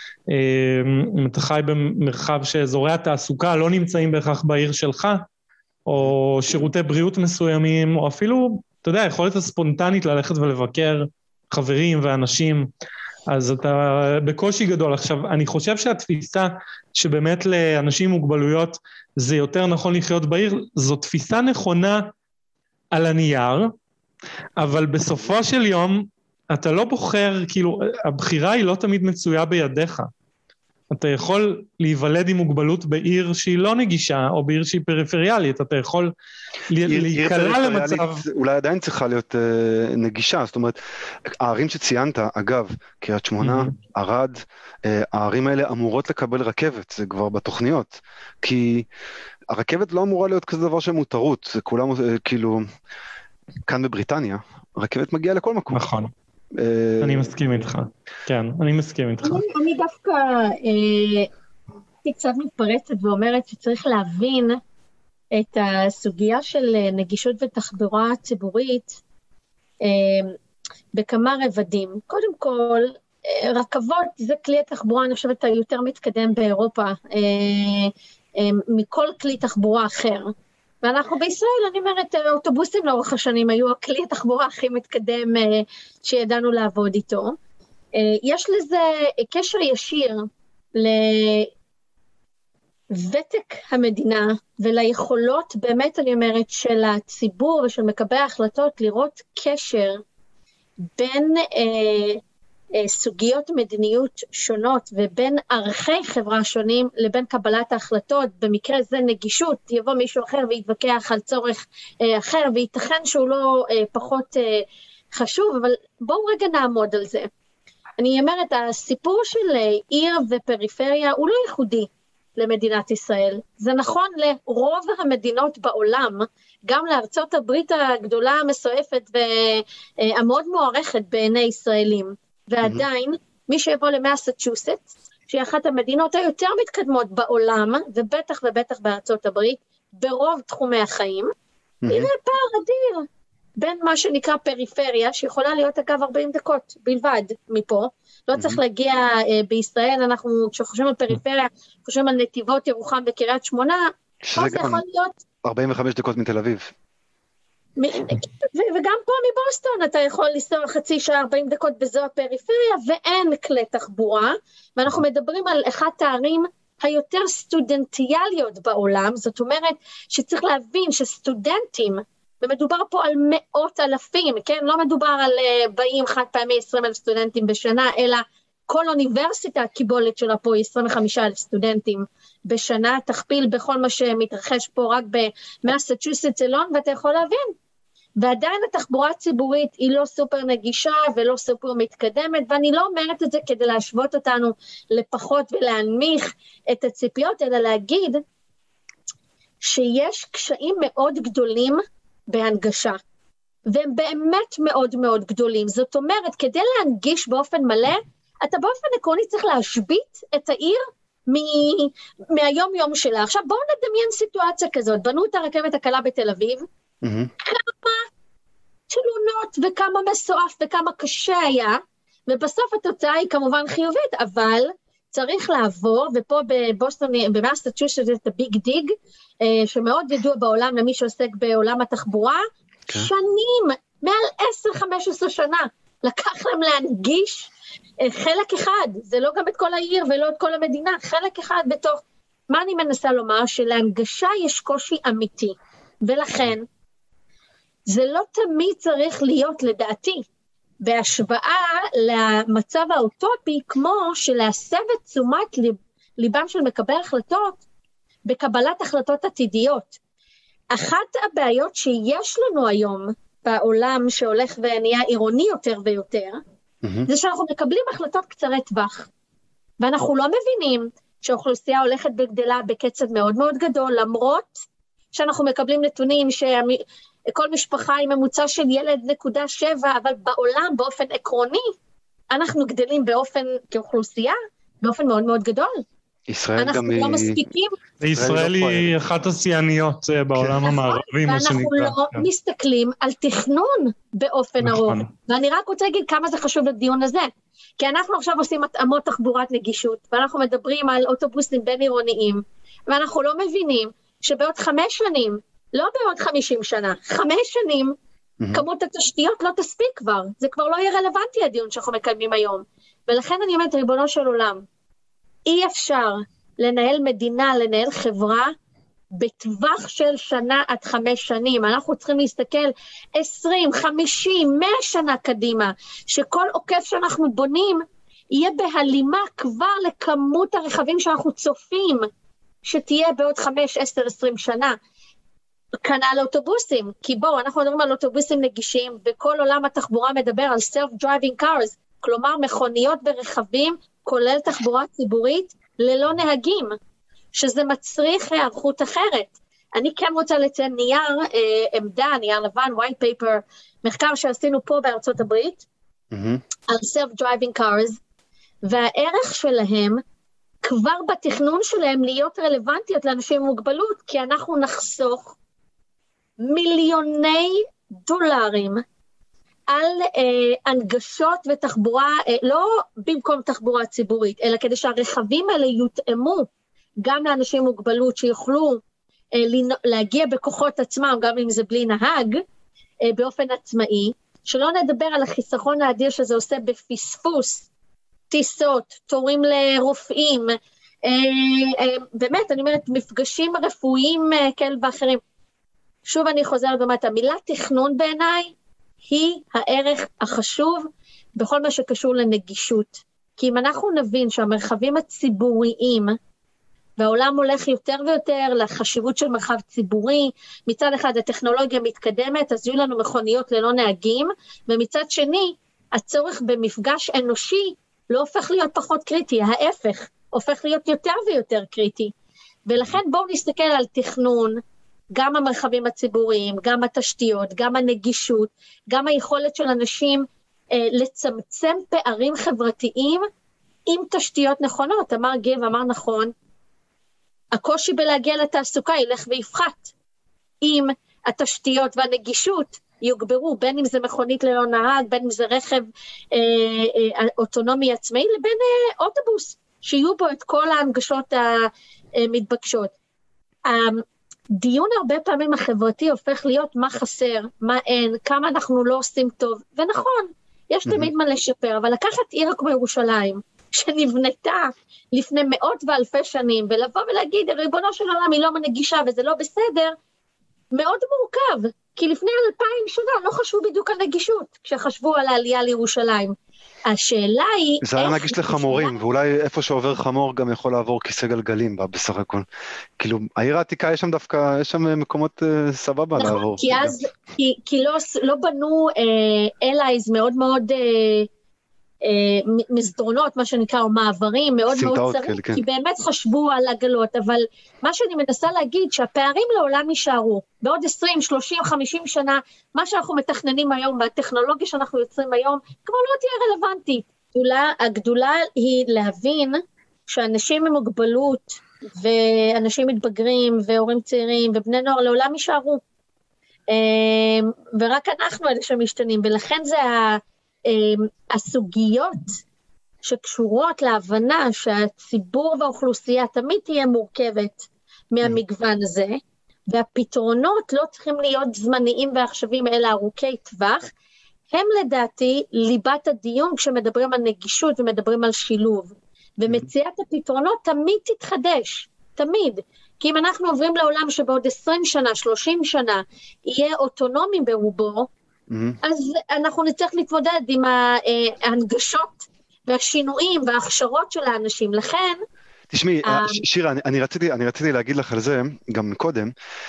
אם אתה חי במרחב שאזורי התעסוקה לא נמצאים בהכרח בעיר שלך, או שירותי בריאות מסוימים, או אפילו, אתה יודע, יכולת הספונטנית ללכת ולבקר חברים ואנשים, אז אתה בקושי גדול. עכשיו, אני חושב שהתפיסה שבאמת לאנשים עם מוגבלויות זה יותר נכון לחיות בעיר, זו תפיסה נכונה על הנייר, אבל בסופו של יום, אתה לא בוחר, כאילו, הבחירה היא לא תמיד מצויה בידיך. אתה יכול להיוולד עם מוגבלות בעיר שהיא לא נגישה, או בעיר שהיא פריפריאלית, אתה יכול להיקלע למצב... אולי עדיין צריכה להיות uh, נגישה, זאת אומרת, הערים שציינת, אגב, קריית שמונה, mm-hmm. ערד, uh, הערים האלה אמורות לקבל רכבת, זה כבר בתוכניות, כי הרכבת לא אמורה להיות כזה דבר שמותרות, זה כולם, uh, כאילו, כאן בבריטניה, הרכבת מגיעה לכל מקום. נכון. אני מסכים איתך, כן, אני מסכים איתך. אני דווקא קצת מתפרצת ואומרת שצריך להבין את הסוגיה של נגישות ותחבורה ציבורית בכמה רבדים. קודם כל, רכבות זה כלי התחבורה, אני חושבת, היותר מתקדם באירופה מכל כלי תחבורה אחר. ואנחנו בישראל, אני אומרת, אוטובוסים לאורך השנים היו הכלי התחבורה הכי מתקדם שידענו לעבוד איתו. יש לזה קשר ישיר לוותק המדינה וליכולות, באמת אני אומרת, של הציבור ושל מקבלי ההחלטות לראות קשר בין סוגיות מדיניות שונות ובין ערכי חברה שונים לבין קבלת ההחלטות. במקרה זה נגישות, יבוא מישהו אחר ויתווכח על צורך אחר, וייתכן שהוא לא פחות חשוב, אבל בואו רגע נעמוד על זה. אני אומרת, הסיפור של עיר ופריפריה הוא לא ייחודי למדינת ישראל. זה נכון לרוב המדינות בעולם, גם לארצות הברית הגדולה המסועפת והמאוד מוערכת בעיני ישראלים. ועדיין, מי שיבוא למסצ'וסטס, שהיא אחת המדינות היותר מתקדמות בעולם, ובטח ובטח בארצות הברית, ברוב תחומי החיים, יראה פער אדיר בין מה שנקרא פריפריה, שיכולה להיות אגב ארבעים דקות בלבד מפה, לא צריך להגיע בישראל, אנחנו כשחושבים על פריפריה, חושבים על נתיבות, ירוחם וקריית שמונה, שזה גם ארבעים וחמש דקות מתל אביב. וגם פה מבוסטון אתה יכול לנסוע חצי שעה ארבעים דקות בזו הפריפריה, ואין כלי תחבורה, ואנחנו מדברים על אחת הערים היותר סטודנטיאליות בעולם, זאת אומרת שצריך להבין שסטודנטים, ומדובר פה על מאות אלפים, כן? לא מדובר על באים חד פעמי עשרים אלף סטודנטים בשנה, אלא כל אוניברסיטה הקיבולת שלה פה עשרים וחמישה אלף סטודנטים בשנה, תכפיל בכל מה שמתרחש פה רק במסצ'וסטס אלון, ואתה יכול להבין. ועדיין התחבורה הציבורית היא לא סופר נגישה ולא סופר מתקדמת, ואני לא אומרת את זה כדי להשוות אותנו לפחות ולהנמיך את הציפיות, אלא להגיד שיש קשיים מאוד גדולים בהנגשה, והם באמת מאוד מאוד גדולים. זאת אומרת, כדי להנגיש באופן מלא, אתה באופן עקרוני צריך להשבית את העיר מ- מהיום יום שלה. עכשיו בואו נדמיין סיטואציה כזאת, בנו את הרכבת הקלה בתל אביב, mm-hmm. כמה תלונות וכמה מסועף וכמה קשה היה, ובסוף התוצאה היא כמובן חיובית, אבל צריך לעבור, ופה בבוסטון, במסצ'וסטס את הביג דיג, שמאוד ידוע בעולם למי שעוסק בעולם התחבורה, okay. שנים, מעל עשר חמש עשרה שנה, לקח להם להנגיש חלק אחד, זה לא גם את כל העיר ולא את כל המדינה, חלק אחד בתוך, מה אני מנסה לומר? שלהנגשה יש קושי אמיתי, ולכן, זה לא תמיד צריך להיות לדעתי, בהשוואה למצב האוטופי, כמו שלהסב את תשומת ליב, ליבם של מקבל החלטות, בקבלת החלטות עתידיות. אחת הבעיות שיש לנו היום, בעולם שהולך ונהיה עירוני יותר ויותר, mm-hmm. זה שאנחנו מקבלים החלטות קצרי טווח, ואנחנו לא מבינים שהאוכלוסייה הולכת בגדלה בקצב מאוד מאוד גדול, למרות שאנחנו מקבלים נתונים שכל משפחה עם ממוצע של ילד נקודה שבע, אבל בעולם באופן עקרוני, אנחנו גדלים באופן כאוכלוסייה, באופן מאוד מאוד גדול. ישראל גם אנחנו לא מספיקים. וישראל היא אחת השיאניות בעולם המערבי, מה שנקרא. ואנחנו לא מסתכלים על תכנון באופן ארוך. ואני רק רוצה להגיד כמה זה חשוב לדיון הזה. כי אנחנו עכשיו עושים התאמות תחבורת נגישות, ואנחנו מדברים על אוטובוסים בין עירוניים, ואנחנו לא מבינים שבעוד חמש שנים, לא בעוד חמישים שנה, חמש שנים, כמות התשתיות לא תספיק כבר. זה כבר לא יהיה רלוונטי הדיון שאנחנו מקיימים היום. ולכן אני אומרת, ריבונו של עולם, אי אפשר לנהל מדינה, לנהל חברה, בטווח של שנה עד חמש שנים. אנחנו צריכים להסתכל עשרים, חמישים, מאה שנה קדימה, שכל עוקף שאנחנו בונים, יהיה בהלימה כבר לכמות הרכבים שאנחנו צופים, שתהיה בעוד חמש, עשר, עשרים שנה. כנ"ל אוטובוסים, כי בואו, אנחנו מדברים על אוטובוסים נגישים, וכל עולם התחבורה מדבר על self-driving cars, כלומר מכוניות ברכבים, כולל תחבורה ציבורית, ללא נהגים, שזה מצריך היערכות אחרת. אני כן רוצה לציין נייר, אה, עמדה, נייר לבן, white paper, מחקר שעשינו פה בארצות הברית, mm-hmm. על self-driving cars, והערך שלהם, כבר בתכנון שלהם להיות רלוונטיות לאנשים עם מוגבלות, כי אנחנו נחסוך מיליוני דולרים, על אה, הנגשות ותחבורה, אה, לא במקום תחבורה ציבורית, אלא כדי שהרכבים האלה יותאמו גם לאנשים מוגבלות, שיוכלו אה, להגיע בכוחות עצמם, גם אם זה בלי נהג, אה, באופן עצמאי, שלא נדבר על החיסכון האדיר שזה עושה בפספוס, טיסות, תורים לרופאים, אה, אה, באמת, אני אומרת, מפגשים רפואיים אה, כאלה ואחרים. שוב אני חוזרת ואומרת, המילה תכנון בעיניי, היא הערך החשוב בכל מה שקשור לנגישות. כי אם אנחנו נבין שהמרחבים הציבוריים, והעולם הולך יותר ויותר לחשיבות של מרחב ציבורי, מצד אחד הטכנולוגיה מתקדמת, אז יהיו לנו מכוניות ללא נהגים, ומצד שני, הצורך במפגש אנושי לא הופך להיות פחות קריטי, ההפך, הופך להיות יותר ויותר קריטי. ולכן בואו נסתכל על תכנון, גם המרחבים הציבוריים, גם התשתיות, גם הנגישות, גם היכולת של אנשים אה, לצמצם פערים חברתיים עם תשתיות נכונות. אמר גיב, אמר נכון, הקושי בלהגיע לתעסוקה ילך ויפחת, אם התשתיות והנגישות יוגברו, בין אם זה מכונית ללא נהג, בין אם זה רכב אה, אה, אוטונומי עצמאי, לבין אה, אוטובוס, שיהיו בו את כל ההנגשות המתבקשות. אה, דיון הרבה פעמים החברתי הופך להיות מה חסר, מה אין, כמה אנחנו לא עושים טוב, ונכון, יש תמיד מה לשפר, אבל לקחת עיר כמו ירושלים, שנבנתה לפני מאות ואלפי שנים, ולבוא ולהגיד, ריבונו של עולם היא לא מנגישה וזה לא בסדר, מאוד מורכב, כי לפני אלפיים שנה לא חשבו בדיוק על נגישות, כשחשבו על העלייה לירושלים. השאלה היא... זה היה נגיש לחמורים, ואולי איפה שעובר חמור גם יכול לעבור כיסא גלגלים בה, בסך הכל. כאילו, העיר העתיקה יש שם דווקא, יש שם מקומות אה, סבבה נכון, לעבור. כי אז, כי, כי לא, לא בנו אה, אלייז מאוד מאוד... אה, מסדרונות, מה שנקרא, או מעברים מאוד מאוד צרים, כן. כי באמת חשבו על עגלות, אבל מה שאני מנסה להגיד, שהפערים לעולם יישארו, בעוד עשרים, שלושים, חמישים שנה, מה שאנחנו מתכננים היום, והטכנולוגיה שאנחנו יוצרים היום, כבר לא תהיה רלוונטית. הגדולה היא להבין, שאנשים עם מוגבלות, ואנשים מתבגרים, והורים צעירים, ובני נוער, לעולם יישארו. ורק אנחנו אלה שמשתנים, ולכן זה ה... הסוגיות שקשורות להבנה שהציבור והאוכלוסייה תמיד תהיה מורכבת מהמגוון הזה, והפתרונות לא צריכים להיות זמניים ועכשוויים אלא ארוכי טווח, הם לדעתי ליבת הדיון כשמדברים על נגישות ומדברים על שילוב, ומציאת הפתרונות תמיד תתחדש, תמיד, כי אם אנחנו עוברים לעולם שבעוד עשרים שנה, שלושים שנה, יהיה אוטונומי ברובו, אז אנחנו נצטרך להתמודד עם ההנגשות והשינויים וההכשרות של האנשים, לכן... תשמעי, שירה, אני, אני, רציתי, אני רציתי להגיד לך על זה, גם קודם,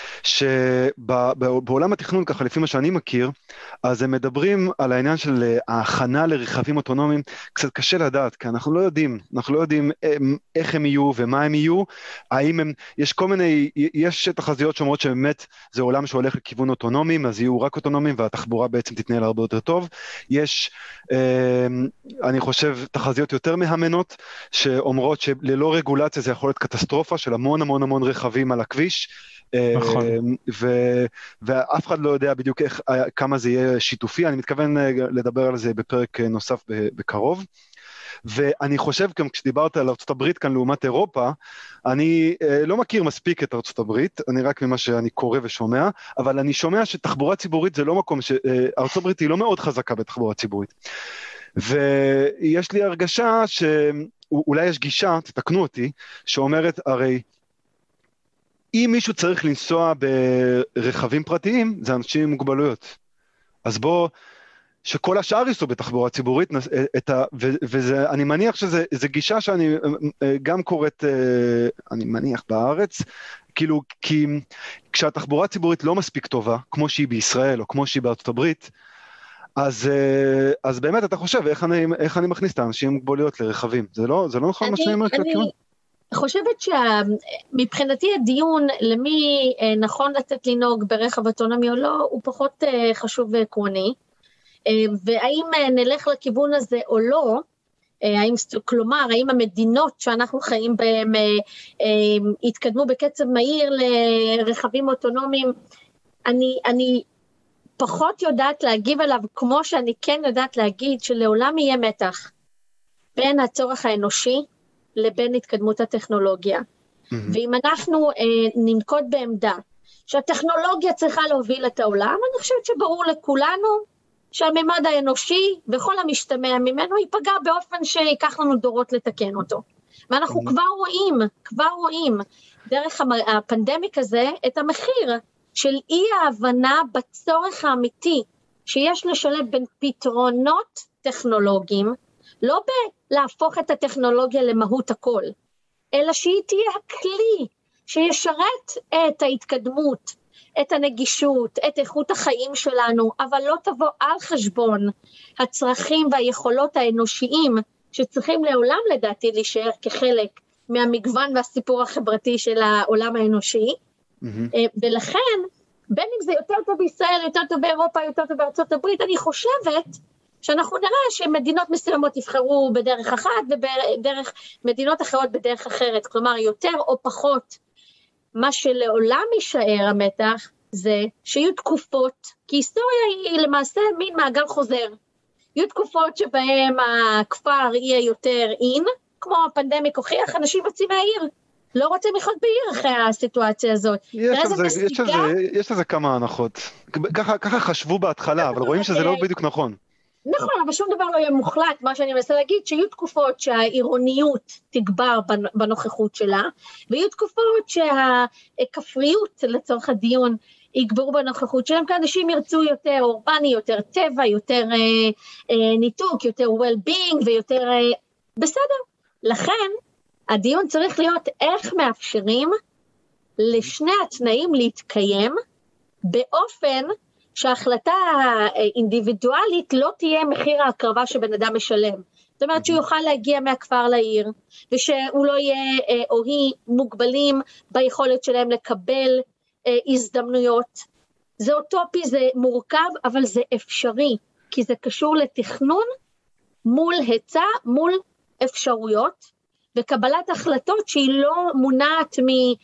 שבעולם התכנון, ככה לפי מה שאני מכיר, אז הם מדברים על העניין של ההכנה לרכבים אוטונומיים, קצת קשה לדעת, כי אנחנו לא יודעים, אנחנו לא יודעים איך הם יהיו ומה הם יהיו, האם הם, יש כל מיני, יש תחזיות שאומרות שבאמת זה עולם שהולך לכיוון אוטונומיים, אז יהיו רק אוטונומיים, והתחבורה בעצם תתנהל הרבה יותר טוב. יש, אני חושב, תחזיות יותר מהמנות, שאומרות שללא רגולציה זה יכול להיות קטסטרופה של המון המון המון רכבים על הכביש, נכון. ו- ואף אחד לא יודע בדיוק איך, כמה זה יהיה שיתופי, אני מתכוון לדבר על זה בפרק נוסף בקרוב, ואני חושב גם כשדיברת על ארצות הברית כאן לעומת אירופה, אני לא מכיר מספיק את ארצות הברית, אני רק ממה שאני קורא ושומע, אבל אני שומע שתחבורה ציבורית זה לא מקום, שארצות הברית היא לא מאוד חזקה בתחבורה ציבורית, ויש לי הרגשה שאולי יש גישה, תתקנו אותי, שאומרת הרי, אם מישהו צריך לנסוע ברכבים פרטיים, זה אנשים עם מוגבלויות. אז בוא, שכל השאר ייסעו בתחבורה ציבורית, את ה, ו, וזה, אני מניח שזה זה גישה שאני גם קוראת, אני מניח בארץ, כאילו, כי כשהתחבורה ציבורית לא מספיק טובה, כמו שהיא בישראל או כמו שהיא בארצות הברית, אז, אז באמת אתה חושב, איך אני, איך אני מכניס את האנשים עם מוגבלויות לרכבים? זה לא, זה לא נכון מה שאני אומר כאן? אני חושבת שמבחינתי הדיון למי נכון לתת לנהוג ברכב אוטונומי או לא, הוא פחות חשוב ועקרוני, והאם נלך לכיוון הזה או לא, האם, כלומר, האם המדינות שאנחנו חיים בהן התקדמו בקצב מהיר לרכבים אוטונומיים, אני, אני פחות יודעת להגיב עליו, כמו שאני כן יודעת להגיד שלעולם יהיה מתח בין הצורך האנושי, לבין התקדמות הטכנולוגיה. Mm-hmm. ואם אנחנו אה, ננקוט בעמדה שהטכנולוגיה צריכה להוביל את העולם, אני חושבת שברור לכולנו שהממד האנושי וכל המשתמע ממנו ייפגע באופן שיקח לנו דורות לתקן אותו. ואנחנו mm-hmm. כבר רואים, כבר רואים דרך הפנדמיק הזה את המחיר של אי ההבנה בצורך האמיתי שיש לשלב בין פתרונות טכנולוגיים, לא בלהפוך את הטכנולוגיה למהות הכל, אלא שהיא תהיה הכלי שישרת את ההתקדמות, את הנגישות, את איכות החיים שלנו, אבל לא תבוא על חשבון הצרכים והיכולות האנושיים, שצריכים לעולם לדעתי להישאר כחלק מהמגוון והסיפור החברתי של העולם האנושי, mm-hmm. ולכן, בין אם זה יותר טוב בישראל, יותר טוב באירופה, יותר טוב בארצות הברית, אני חושבת, שאנחנו נראה שמדינות מסוימות יבחרו בדרך אחת, ובדרך מדינות אחרות בדרך אחרת, כלומר יותר או פחות, מה שלעולם יישאר המתח, זה שיהיו תקופות, כי היסטוריה היא למעשה מין מעגל חוזר, יהיו תקופות שבהם הכפר יהיה יותר אין, כמו הפנדמיק הוכיח, אנשים יוצאים מהעיר, לא רוצים לחיות בעיר אחרי הסיטואציה הזאת. יש לזה, יש לזה, יש לזה כמה הנחות, ככה, ככה חשבו בהתחלה, אבל רואים שזה לא בדיוק נכון. נכון, אבל שום דבר לא יהיה מוחלט, מה שאני מנסה להגיד, שיהיו תקופות שהעירוניות תגבר בנוכחות שלה, ויהיו תקופות שהכפריות לצורך הדיון יגברו בנוכחות שלהם, כי אנשים ירצו יותר אורבני, יותר טבע, יותר אה, אה, ניתוק, יותר well-being ויותר אה, בסדר. לכן, הדיון צריך להיות איך מאפשרים לשני התנאים להתקיים, באופן שההחלטה האינדיבידואלית לא תהיה מחיר ההקרבה שבן אדם משלם. זאת אומרת שהוא יוכל להגיע מהכפר לעיר, ושהוא לא יהיה או היא מוגבלים ביכולת שלהם לקבל הזדמנויות. זה אוטופי, זה מורכב, אבל זה אפשרי, כי זה קשור לתכנון מול היצע, מול אפשרויות, וקבלת החלטות שהיא לא מונעת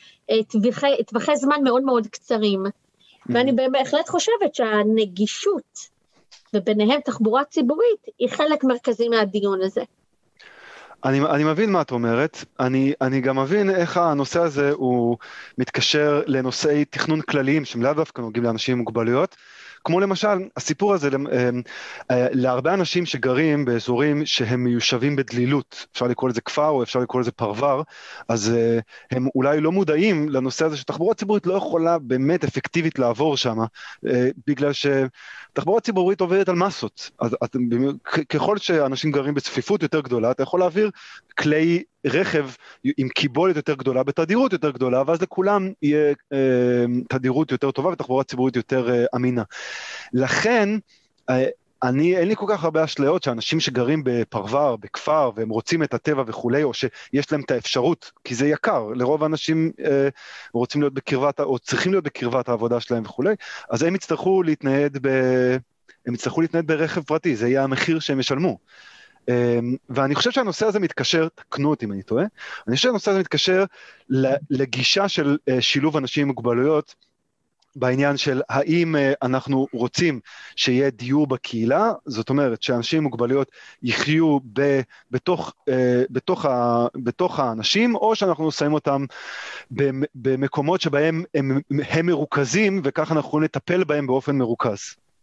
מטווחי זמן מאוד מאוד קצרים. ואני בהחלט חושבת שהנגישות, וביניהם תחבורה ציבורית, היא חלק מרכזי מהדיון הזה. אני, אני מבין מה את אומרת, אני, אני גם מבין איך הנושא הזה הוא מתקשר לנושאי תכנון כלליים, שהם לאו דווקא נוגעים לאנשים עם מוגבלויות, כמו למשל, הסיפור הזה, להרבה אנשים שגרים באזורים שהם מיושבים בדלילות, אפשר לקרוא לזה כפר או אפשר לקרוא לזה פרבר, אז הם אולי לא מודעים לנושא הזה שתחבורה ציבורית לא יכולה באמת אפקטיבית לעבור שם, בגלל שתחבורה ציבורית עובדת על מסות, אז ככל שאנשים גרים בצפיפות יותר גדולה, אתה יכול להעביר כלי רכב עם קיבולת יותר גדולה, בתדירות יותר גדולה, ואז לכולם יהיה אה, תדירות יותר טובה, ותחבורה ציבורית יותר אה, אמינה. לכן, אה, אני, אין לי כל כך הרבה אשליות, שאנשים שגרים בפרבר, בכפר, והם רוצים את הטבע וכולי, או שיש להם את האפשרות, כי זה יקר, לרוב האנשים אה, רוצים להיות בקרבת, או צריכים להיות בקרבת העבודה שלהם וכולי, אז הם יצטרכו להתנייד, ב, הם יצטרכו להתנייד ברכב פרטי, זה יהיה המחיר שהם ישלמו. ואני חושב שהנושא הזה מתקשר, תקנו אותי אם אני טועה, אני חושב שהנושא הזה מתקשר לגישה של שילוב אנשים עם מוגבלויות, בעניין של האם אנחנו רוצים שיהיה דיור בקהילה, זאת אומרת שאנשים עם מוגבלויות יחיו ב, בתוך, בתוך, ה, בתוך האנשים, או שאנחנו שמים אותם במקומות שבהם הם, הם מרוכזים, וכך אנחנו יכולים לטפל בהם באופן מרוכז.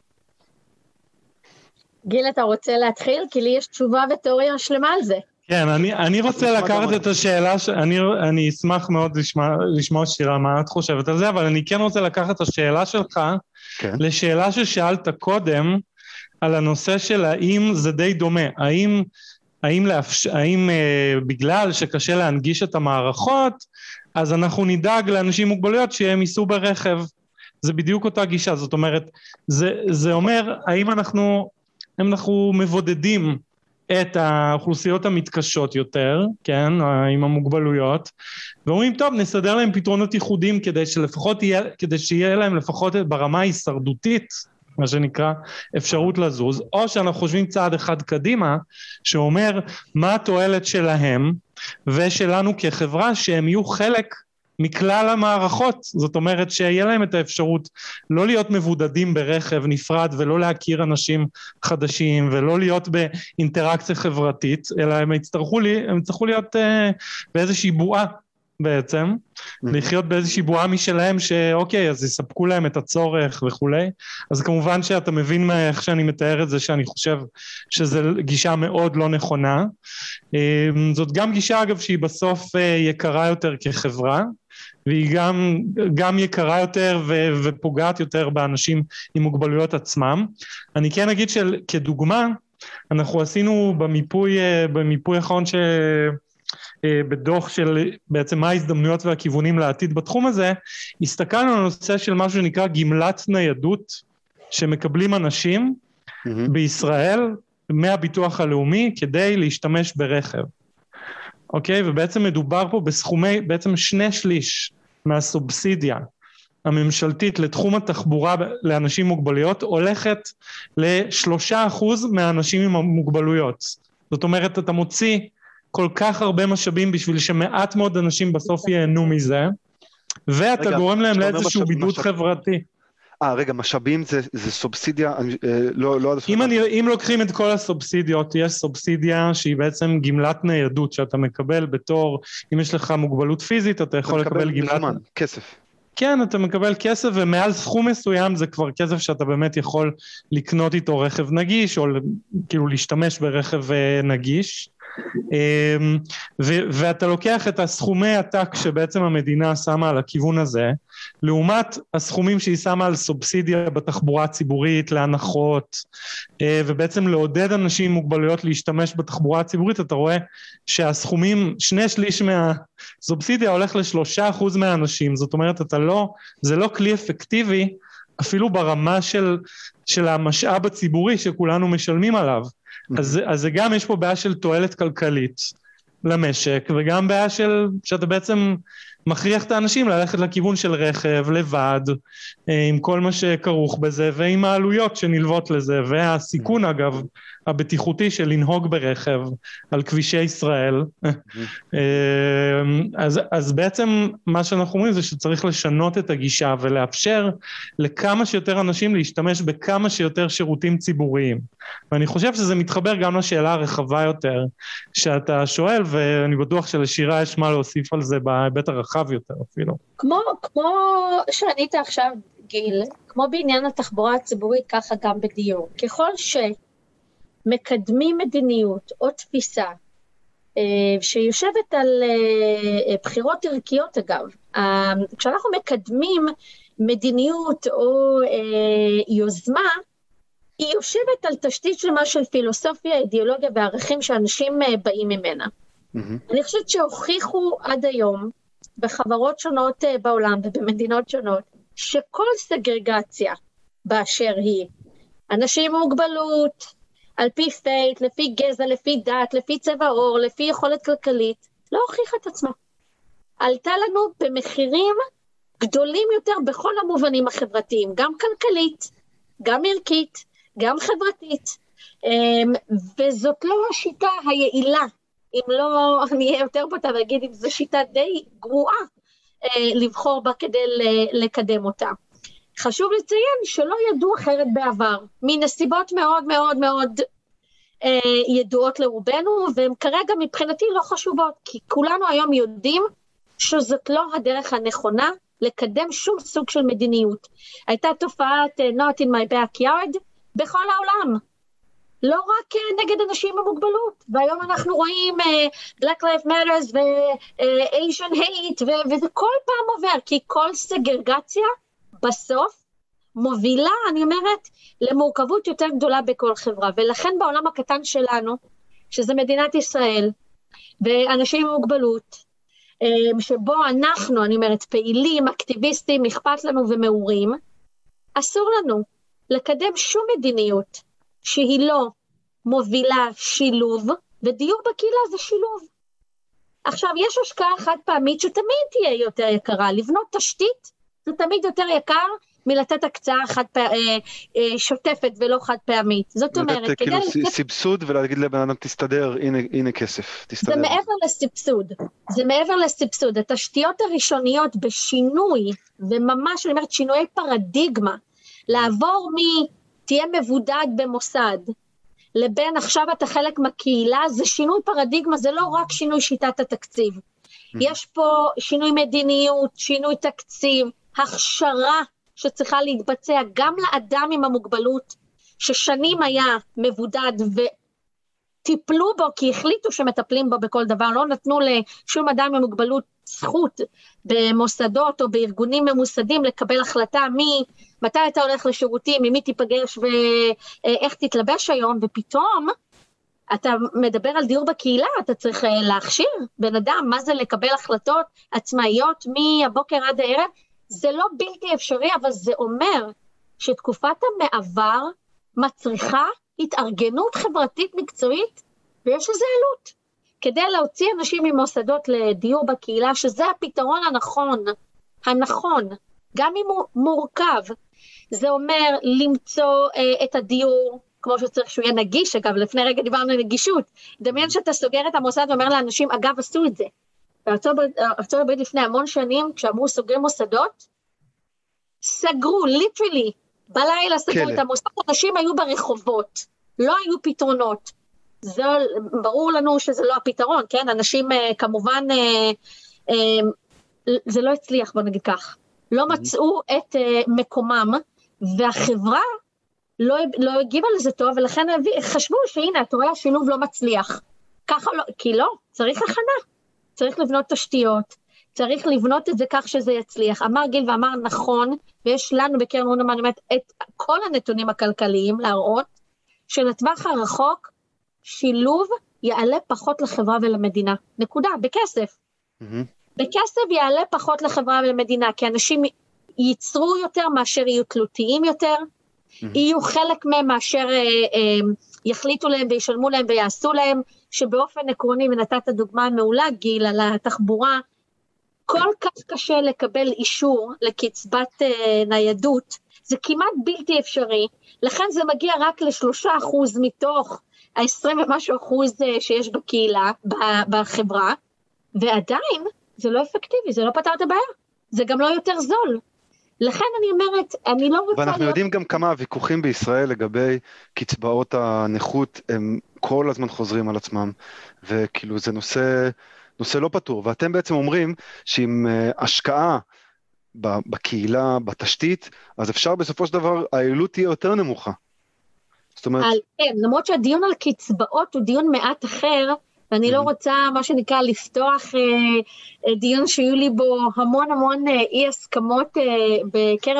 גיל, אתה רוצה להתחיל? כי לי יש תשובה ותיאוריה שלמה על זה. כן, אני, אני רוצה לקחת את השאלה, ש... אני, אני אשמח מאוד לשמוע, לשמוע שירה מה את חושבת על זה, אבל אני כן רוצה לקחת את השאלה שלך, כן. לשאלה ששאלת קודם, על הנושא של האם זה די דומה, האם, האם, לאפש... האם אה, בגלל שקשה להנגיש את המערכות, אז אנחנו נדאג לאנשים מוגבלויות שהם ייסעו ברכב, זה בדיוק אותה גישה, זאת אומרת, זה, זה אומר, האם אנחנו... הם אנחנו מבודדים את האוכלוסיות המתקשות יותר, כן, עם המוגבלויות, ואומרים, טוב, נסדר להם פתרונות ייחודיים כדי שלפחות יהיה, כדי שיהיה להם לפחות ברמה ההישרדותית, מה שנקרא, אפשרות לזוז, או שאנחנו חושבים צעד אחד קדימה, שאומר מה התועלת שלהם, ושלנו כחברה שהם יהיו חלק מכלל המערכות, זאת אומרת שיהיה להם את האפשרות לא להיות מבודדים ברכב נפרד ולא להכיר אנשים חדשים ולא להיות באינטראקציה חברתית, אלא הם יצטרכו, לי, הם יצטרכו להיות uh, באיזושהי בועה בעצם, לחיות באיזושהי בועה משלהם שאוקיי, אז יספקו להם את הצורך וכולי, אז כמובן שאתה מבין איך שאני מתאר את זה, שאני חושב שזו גישה מאוד לא נכונה, זאת גם גישה אגב שהיא בסוף יקרה יותר כחברה, והיא גם, גם יקרה יותר ו, ופוגעת יותר באנשים עם מוגבלויות עצמם. אני כן אגיד שכדוגמה, אנחנו עשינו במיפוי, במיפוי האחרון ש... בדוח של בעצם מה ההזדמנויות והכיוונים לעתיד בתחום הזה, הסתכלנו על הנושא של משהו שנקרא גמלת ניידות, שמקבלים אנשים mm-hmm. בישראל מהביטוח הלאומי כדי להשתמש ברכב. אוקיי? ובעצם מדובר פה בסכומי, בעצם שני שליש מהסובסידיה הממשלתית לתחום התחבורה לאנשים עם מוגבלויות, הולכת לשלושה אחוז מהאנשים עם המוגבלויות. זאת אומרת, אתה מוציא כל כך הרבה משאבים בשביל שמעט מאוד אנשים בסוף ייהנו מזה, ואתה רגע, גורם להם לאיזשהו משאב, בידוד משאב... חברתי. אה, רגע, משאבים זה, זה סובסידיה, אה, לא, לא... אם, אני, אם לוקחים את כל הסובסידיות, יש סובסידיה שהיא בעצם גמלת ניידות, שאתה מקבל בתור, אם יש לך מוגבלות פיזית, אתה יכול לקבל גמלת... מזומן, כסף. כן, אתה מקבל כסף, ומעל סכום מסוים זה כבר כסף שאתה באמת יכול לקנות איתו רכב נגיש, או כאילו להשתמש ברכב נגיש, ו- ואתה לוקח את הסכומי עתק שבעצם המדינה שמה על הכיוון הזה, לעומת הסכומים שהיא שמה על סובסידיה בתחבורה הציבורית, להנחות, ובעצם לעודד אנשים עם מוגבלויות להשתמש בתחבורה הציבורית, אתה רואה שהסכומים, שני שליש מהסובסידיה הולך לשלושה אחוז מהאנשים, זאת אומרת, אתה לא, זה לא כלי אפקטיבי, אפילו ברמה של, של המשאב הציבורי שכולנו משלמים עליו. אז, אז זה גם יש פה בעיה של תועלת כלכלית למשק, וגם בעיה של, שאתה בעצם מכריח את האנשים ללכת לכיוון של רכב, לבד, עם כל מה שכרוך בזה, ועם העלויות שנלוות לזה, והסיכון אגב, הבטיחותי של לנהוג ברכב על כבישי ישראל. אז, אז בעצם מה שאנחנו אומרים זה שצריך לשנות את הגישה, ולאפשר לכמה שיותר אנשים להשתמש בכמה שיותר שירותים ציבוריים. ואני חושב שזה מתחבר גם לשאלה הרחבה יותר, שאתה שואל, ואני בטוח שלשירה יש מה להוסיף על זה בהיבט הרחב יותר אפילו. כמו, כמו שענית עכשיו גיל, כמו בעניין התחבורה הציבורית, ככה גם בדיור. ככל שמקדמים מדיניות או תפיסה, שיושבת על בחירות ערכיות אגב, כשאנחנו מקדמים מדיניות או יוזמה, היא יושבת על תשתית שלמה של פילוסופיה, אידיאולוגיה וערכים שאנשים באים ממנה. Mm-hmm. אני חושבת שהוכיחו עד היום, בחברות שונות בעולם ובמדינות שונות, שכל סגרגציה באשר היא, אנשים עם מוגבלות, על פי פייט, לפי גזע, לפי דת, לפי צבע עור, לפי יכולת כלכלית, לא הוכיחה את עצמה. עלתה לנו במחירים גדולים יותר בכל המובנים החברתיים, גם כלכלית, גם ערכית, גם חברתית, וזאת לא השיטה היעילה, אם לא, אני אהיה יותר בוטה ואגיד אם זו שיטה די גרועה לבחור בה כדי לקדם אותה. חשוב לציין שלא ידעו אחרת בעבר, מנסיבות מאוד מאוד מאוד ידועות לרובנו, והן כרגע מבחינתי לא חשובות, כי כולנו היום יודעים שזאת לא הדרך הנכונה לקדם שום סוג של מדיניות. הייתה תופעת not in my backyard בכל העולם, לא רק נגד אנשים במוגבלות, והיום אנחנו רואים uh, Black Lives Matter ו-Asian Hate, ו- וזה כל פעם עובר, כי כל סגרגציה בסוף מובילה, אני אומרת, למורכבות יותר גדולה בכל חברה, ולכן בעולם הקטן שלנו, שזה מדינת ישראל, ואנשים עם מוגבלות, שבו אנחנו, אני אומרת, פעילים, אקטיביסטים, אכפת לנו ומאורים, אסור לנו לקדם שום מדיניות שהיא לא מובילה שילוב, ודיור בקהילה זה שילוב. עכשיו, יש השקעה חד פעמית שתמיד תהיה יותר יקרה, לבנות תשתית זה תמיד יותר יקר מלתת הקצאה חד פעמית, שוטפת ולא חד פעמית. זאת אומרת, לתת כאילו סבסוד ולהגיד לבן אדם תסתדר, הנה, הנה כסף, תסתדר. זה מעבר לסבסוד, זה מעבר לסבסוד, התשתיות הראשוניות בשינוי, וממש אני אומרת שינויי פרדיגמה, לעבור מ... תהיה מבודד במוסד, לבין עכשיו אתה חלק מהקהילה, זה שינוי פרדיגמה, זה לא רק שינוי שיטת התקציב. יש פה שינוי מדיניות, שינוי תקציב, הכשרה שצריכה להתבצע גם לאדם עם המוגבלות, ששנים היה מבודד וטיפלו בו, כי החליטו שמטפלים בו בכל דבר, לא נתנו לשום אדם עם מוגבלות זכות במוסדות או בארגונים ממוסדים לקבל החלטה מי, מתי אתה הולך לשירותים, ממי תיפגש ואיך תתלבש היום, ופתאום אתה מדבר על דיור בקהילה, אתה צריך להכשיר בן אדם, מה זה לקבל החלטות עצמאיות מהבוקר עד הערב, זה לא בלתי אפשרי, אבל זה אומר שתקופת המעבר מצריכה התארגנות חברתית מקצועית, ויש לזה עלות. כדי להוציא אנשים ממוסדות לדיור בקהילה, שזה הפתרון הנכון, הנכון, גם אם הוא מורכב, זה אומר למצוא אה, את הדיור, כמו שצריך שהוא יהיה נגיש, אגב, לפני רגע דיברנו על נגישות, דמיין שאתה סוגר את המוסד ואומר לאנשים, אגב, עשו את זה. בארצות הברית לפני המון שנים, כשאמרו סוגרים מוסדות, סגרו, ליטרלי, בלילה סגרו את המוסד, אנשים היו ברחובות, לא היו פתרונות. זה ברור לנו שזה לא הפתרון, כן? אנשים כמובן, זה לא הצליח, בוא נגיד כך. לא מצאו את מקומם, והחברה לא, לא הגיבה לזה טוב, ולכן חשבו שהנה, אתה רואה, השילוב לא מצליח. ככה לא, כי לא, צריך הכנה, צריך לבנות תשתיות, צריך לבנות את זה כך שזה יצליח. אמר גיל ואמר נכון, ויש לנו בקרן אונמן את כל הנתונים הכלכליים להראות, שלטווח הרחוק, שילוב יעלה פחות לחברה ולמדינה. נקודה, בכסף. Mm-hmm. בכסף יעלה פחות לחברה ולמדינה, כי אנשים ייצרו יותר מאשר יהיו תלותיים יותר, mm-hmm. יהיו חלק מהם מאשר אה, אה, יחליטו להם וישלמו להם ויעשו להם, שבאופן עקרוני, ונתת דוגמה מעולה גיל על התחבורה, כל כך קשה לקבל אישור לקצבת אה, ניידות, זה כמעט בלתי אפשרי, לכן זה מגיע רק לשלושה אחוז מתוך ה-עשרים ומשהו אחוז שיש בקהילה, בחברה, ועדיין זה לא אפקטיבי, זה לא פתר את הבעיה, זה גם לא יותר זול. לכן אני אומרת, אני לא רוצה... ואנחנו להיות... יודעים גם כמה הוויכוחים בישראל לגבי קצבאות הנכות, הם כל הזמן חוזרים על עצמם, וכאילו זה נושא, נושא לא פתור, ואתם בעצם אומרים שעם השקעה בקהילה, בתשתית, אז אפשר בסופו של דבר, העלות תהיה יותר נמוכה. זאת אומרת... על, כן, למרות שהדיון על קצבאות הוא דיון מעט אחר, ואני mm-hmm. לא רוצה, מה שנקרא, לפתוח אה, דיון שיהיו לי בו המון המון אה, אי הסכמות אה, בקרב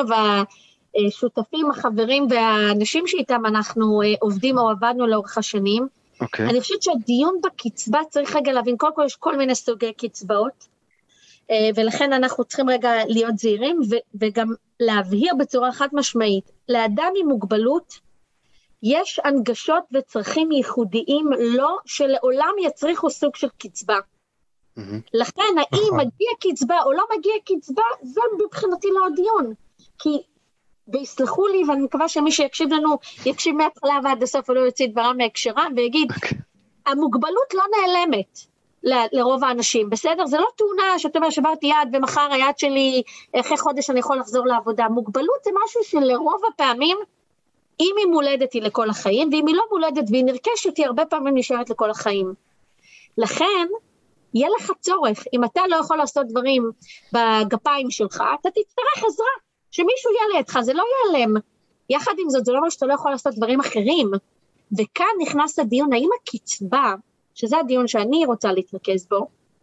השותפים, החברים והאנשים שאיתם אנחנו אה, עובדים או עבדנו לאורך השנים. Okay. אני חושבת שהדיון בקצבה צריך רגע להבין, קודם כל יש כל מיני סוגי קצבאות, אה, ולכן אנחנו צריכים רגע להיות זהירים, ו- וגם להבהיר בצורה חד משמעית, לאדם עם מוגבלות, יש הנגשות וצרכים ייחודיים לא שלעולם יצריכו סוג של קצבה. Mm-hmm. לכן, האם מגיע קצבה או לא מגיע קצבה, זה מבחינתי לא הדיון. כי, ויסלחו לי, ואני מקווה שמי שיקשיב לנו, יקשיב מהתחלה ועד הסוף, ולא יוציא דברה מהקשרה, ויגיד, okay. המוגבלות לא נעלמת ל- לרוב האנשים, בסדר? זה לא תאונה שאתה אומר, שברתי יד, ומחר היד שלי, אחרי חודש אני יכול לחזור לעבודה. מוגבלות זה משהו שלרוב הפעמים, אם היא מולדת היא לכל החיים, ואם היא לא מולדת והיא נרכשת, היא הרבה פעמים נשארת לכל החיים. לכן, יהיה לך צורך, אם אתה לא יכול לעשות דברים בגפיים שלך, אתה תצטרך עזרה, שמישהו יעלה איתך, זה לא ייעלם. יחד עם זאת, זה לא אומר שאתה לא יכול לעשות דברים אחרים, וכאן נכנס הדיון, האם הקצבה, שזה הדיון שאני רוצה להתרכז בו,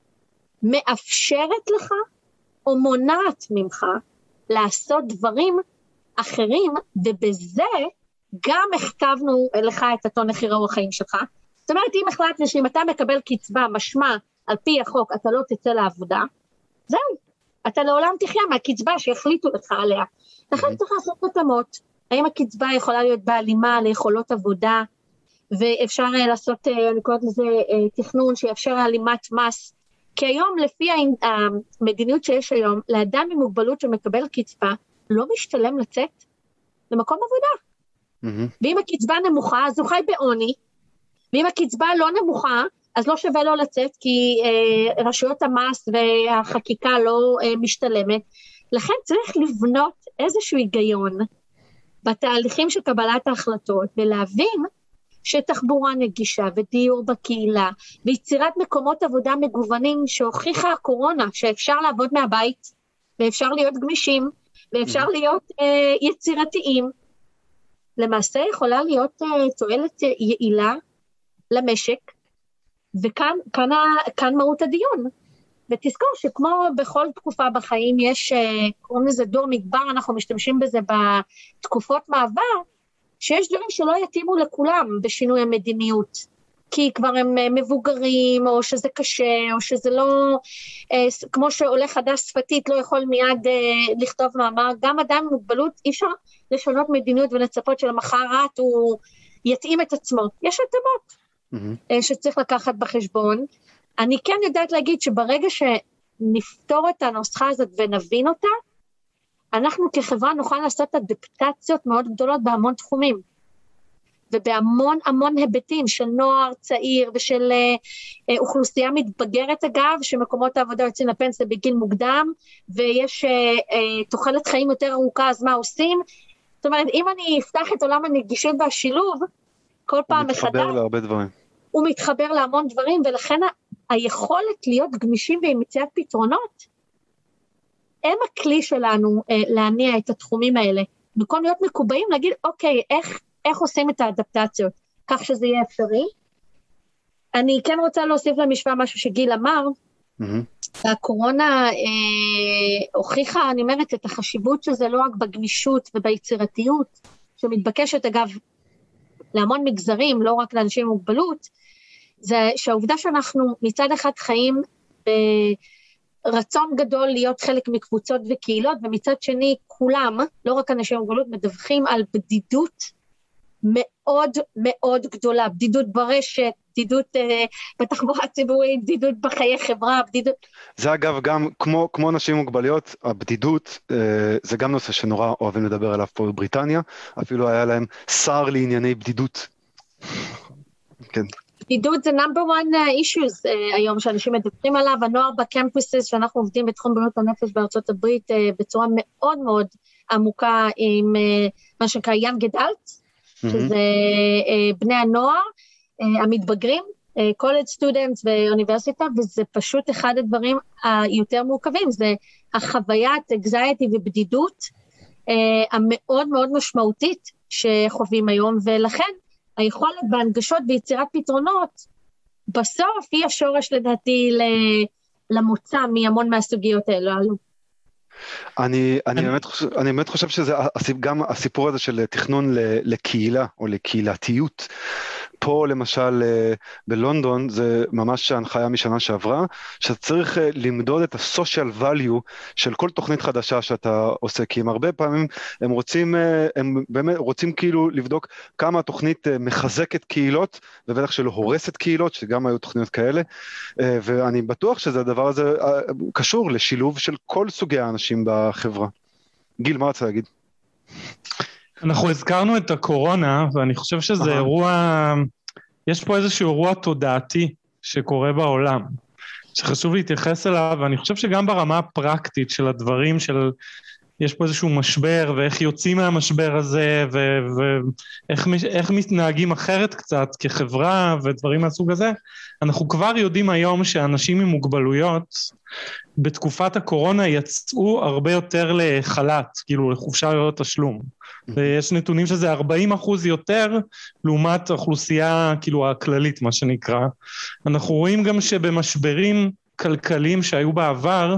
מאפשרת לך, או מונעת ממך, לעשות דברים אחרים, ובזה, גם הכתבנו לך את אותו מחיר אורח החיים שלך. זאת אומרת, אם החלטנו שאם אתה מקבל קצבה משמע על פי החוק, אתה לא תצא לעבודה, זהו. אתה לעולם תחיה מהקצבה שהחליטו לך עליה. לכן צריך לעשות התאמות. האם הקצבה יכולה להיות בהלימה ליכולות עבודה, ואפשר לעשות, אני קוראת לזה, תכנון שיאפשר הלימת מס, כי היום לפי המדיניות שיש היום, לאדם עם מוגבלות שמקבל קצבה, לא משתלם לצאת למקום עבודה. Mm-hmm. ואם הקצבה נמוכה, אז הוא חי בעוני, ואם הקצבה לא נמוכה, אז לא שווה לו לצאת, כי אה, רשויות המס והחקיקה לא אה, משתלמת. לכן צריך לבנות איזשהו היגיון, בתהליכים של קבלת ההחלטות, ולהבין שתחבורה נגישה, ודיור בקהילה, ויצירת מקומות עבודה מגוונים, שהוכיחה הקורונה, שאפשר לעבוד מהבית, ואפשר להיות גמישים, ואפשר להיות אה, יצירתיים, למעשה יכולה להיות אה, תועלת יעילה למשק, וכאן כאן, כאן מהות הדיון. ותזכור שכמו בכל תקופה בחיים יש, אה, קוראים לזה דור מדבר, אנחנו משתמשים בזה בתקופות מעבר, שיש דברים שלא יתאימו לכולם בשינוי המדיניות. כי כבר הם מבוגרים, או שזה קשה, או שזה לא, כמו שעולה חדש שפתית, לא יכול מיד לכתוב מאמר, גם אדם מוגבלות, אי אפשר לשנות מדיניות ולצפות שלמחרת הוא יתאים את עצמו. יש התאמות mm-hmm. שצריך לקחת בחשבון. אני כן יודעת להגיד שברגע שנפתור את הנוסחה הזאת ונבין אותה, אנחנו כחברה נוכל לעשות אדפטציות מאוד גדולות בהמון תחומים. ובהמון המון היבטים של נוער צעיר ושל אה, אוכלוסייה מתבגרת אגב, שמקומות העבודה יוצאים לפנסיה בגיל מוקדם, ויש אה, אה, תוחלת חיים יותר ארוכה, אז מה עושים? זאת אומרת, אם אני אפתח את עולם הנגישות והשילוב, כל פעם מחדש, הוא מתחבר להרבה דברים. הוא מתחבר להמון דברים, ולכן ה- היכולת להיות גמישים ועם מציאת פתרונות, הם הכלי שלנו להניע את התחומים האלה, במקום להיות מקובעים, להגיד, אוקיי, איך, איך עושים את האדפטציות, כך שזה יהיה אפשרי. אני כן רוצה להוסיף למשוואה משהו שגיל אמר, mm-hmm. הקורונה אה, הוכיחה, אני אומרת, את החשיבות שזה לא רק בגמישות וביצירתיות, שמתבקשת אגב להמון מגזרים, לא רק לאנשים עם מוגבלות, זה שהעובדה שאנחנו מצד אחד חיים ברצון גדול להיות חלק מקבוצות וקהילות, ומצד שני כולם, לא רק אנשים עם מוגבלות, מדווחים על בדידות מאוד מאוד גדולה, בדידות ברשת, בדידות אה, בתחבורה הציבורית, בדידות בחיי חברה, בדידות... זה אגב גם, כמו, כמו אנשים עם מוגבלויות, הבדידות אה, זה גם נושא שנורא אוהבים לדבר עליו פה בבריטניה, אפילו היה להם שר לענייני בדידות. כן. בדידות זה number one issues uh, היום שאנשים מדברים עליו, הנוער בקמפוסס שאנחנו עובדים בתחום בריאות הנפש בארצות הברית uh, בצורה מאוד מאוד עמוקה עם uh, מה שנקרא young adults, mm-hmm. שזה uh, בני הנוער uh, המתבגרים, uh, college students ואוניברסיטה, וזה פשוט אחד הדברים היותר מורכבים, זה החוויית anxiety ובדידות uh, המאוד מאוד משמעותית שחווים היום, ולכן היכולת בהנגשות ויצירת פתרונות, בסוף היא השורש לדעתי למוצא מהמון מהסוגיות האלו. אני, אני, באמת, אני באמת חושב שזה גם הסיפור הזה של תכנון לקהילה או לקהילתיות. פה למשל בלונדון זה ממש ההנחיה משנה שעברה, שאתה צריך למדוד את ה-social value של כל תוכנית חדשה שאתה עושה, כי הם הרבה פעמים הם רוצים, הם באמת רוצים כאילו לבדוק כמה התוכנית מחזקת קהילות, ובטח שלא הורסת קהילות, שגם היו תוכניות כאלה, ואני בטוח שזה הדבר הזה קשור לשילוב של כל סוגי האנשים בחברה. גיל, מה רצה להגיד? אנחנו הזכרנו את הקורונה, ואני חושב שזה אירוע, יש פה איזשהו אירוע תודעתי שקורה בעולם, שחשוב להתייחס אליו, ואני חושב שגם ברמה הפרקטית של הדברים, של יש פה איזשהו משבר, ואיך יוצאים מהמשבר הזה, ואיך איך מתנהגים אחרת קצת כחברה, ודברים מהסוג הזה, אנחנו כבר יודעים היום שאנשים עם מוגבלויות, בתקופת הקורונה יצאו הרבה יותר לחל"ת, כאילו לחופשה ללא תשלום. ויש נתונים שזה ארבעים אחוז יותר, לעומת האוכלוסייה כאילו הכללית, מה שנקרא. אנחנו רואים גם שבמשברים כלכליים שהיו בעבר,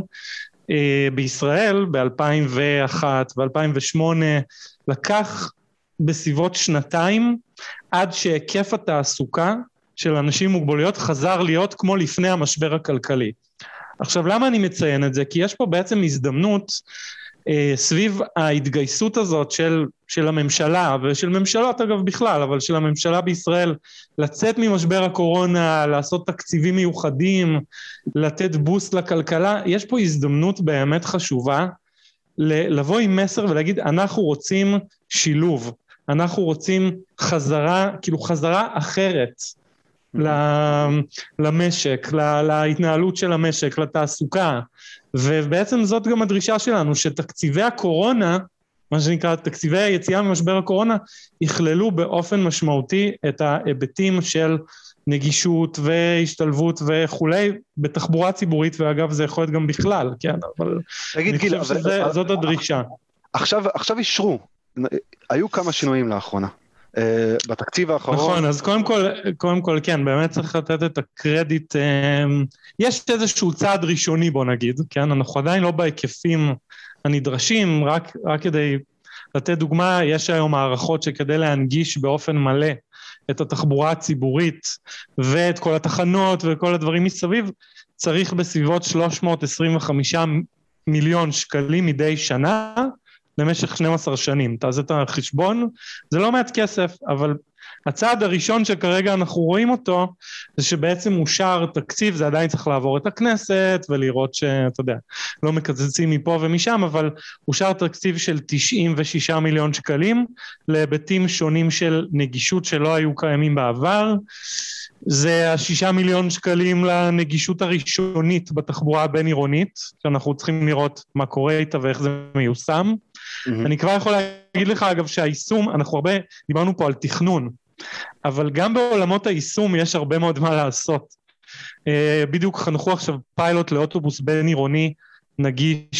בישראל ב-אלפיים ואחת ו-אלפיים ושמונה לקח בסביבות שנתיים עד שהיקף התעסוקה של אנשים עם מוגבלויות חזר להיות כמו לפני המשבר הכלכלי. עכשיו למה אני מציין את זה? כי יש פה בעצם הזדמנות אה, סביב ההתגייסות הזאת של, של הממשלה ושל ממשלות אגב בכלל, אבל של הממשלה בישראל לצאת ממשבר הקורונה, לעשות תקציבים מיוחדים, לתת בוסט לכלכלה, יש פה הזדמנות באמת חשובה לבוא עם מסר ולהגיד אנחנו רוצים שילוב, אנחנו רוצים חזרה, כאילו חזרה אחרת למשק, להתנהלות של המשק, לתעסוקה, ובעצם זאת גם הדרישה שלנו, שתקציבי הקורונה, מה שנקרא תקציבי היציאה ממשבר הקורונה, יכללו באופן משמעותי את ההיבטים של נגישות והשתלבות וכולי, בתחבורה ציבורית, ואגב זה יכול להיות גם בכלל, כן, אבל אני חושב שזאת הדרישה. עכשיו, עכשיו אישרו, היו כמה שינויים לאחרונה. בתקציב האחרון. נכון, אז קודם כל, קודם כל כן, באמת צריך לתת את הקרדיט, יש איזשהו צעד ראשוני בוא נגיד, כן, אנחנו עדיין לא בהיקפים הנדרשים, רק, רק כדי לתת דוגמה, יש היום הערכות שכדי להנגיש באופן מלא את התחבורה הציבורית, ואת כל התחנות וכל הדברים מסביב, צריך בסביבות שלוש מאות עשרים וחמישה מיליון שקלים מדי שנה, למשך שנים עשר שנים, תעשה את החשבון, זה לא מעט כסף, אבל הצעד הראשון שכרגע אנחנו רואים אותו, זה שבעצם אושר תקציב, זה עדיין צריך לעבור את הכנסת, ולראות שאתה יודע, לא מקצצים מפה ומשם, אבל אושר תקציב של תשעים ושישה מיליון שקלים, להיבטים שונים של נגישות שלא היו קיימים בעבר, זה השישה מיליון שקלים לנגישות הראשונית בתחבורה הבין עירונית, שאנחנו צריכים לראות מה קורה איתה ואיך זה מיושם. Mm-hmm. אני כבר יכול להגיד לך אגב שהיישום, אנחנו הרבה דיברנו פה על תכנון, אבל גם בעולמות היישום יש הרבה מאוד מה לעשות. בדיוק חנכו עכשיו פיילוט לאוטובוס בין עירוני נגיש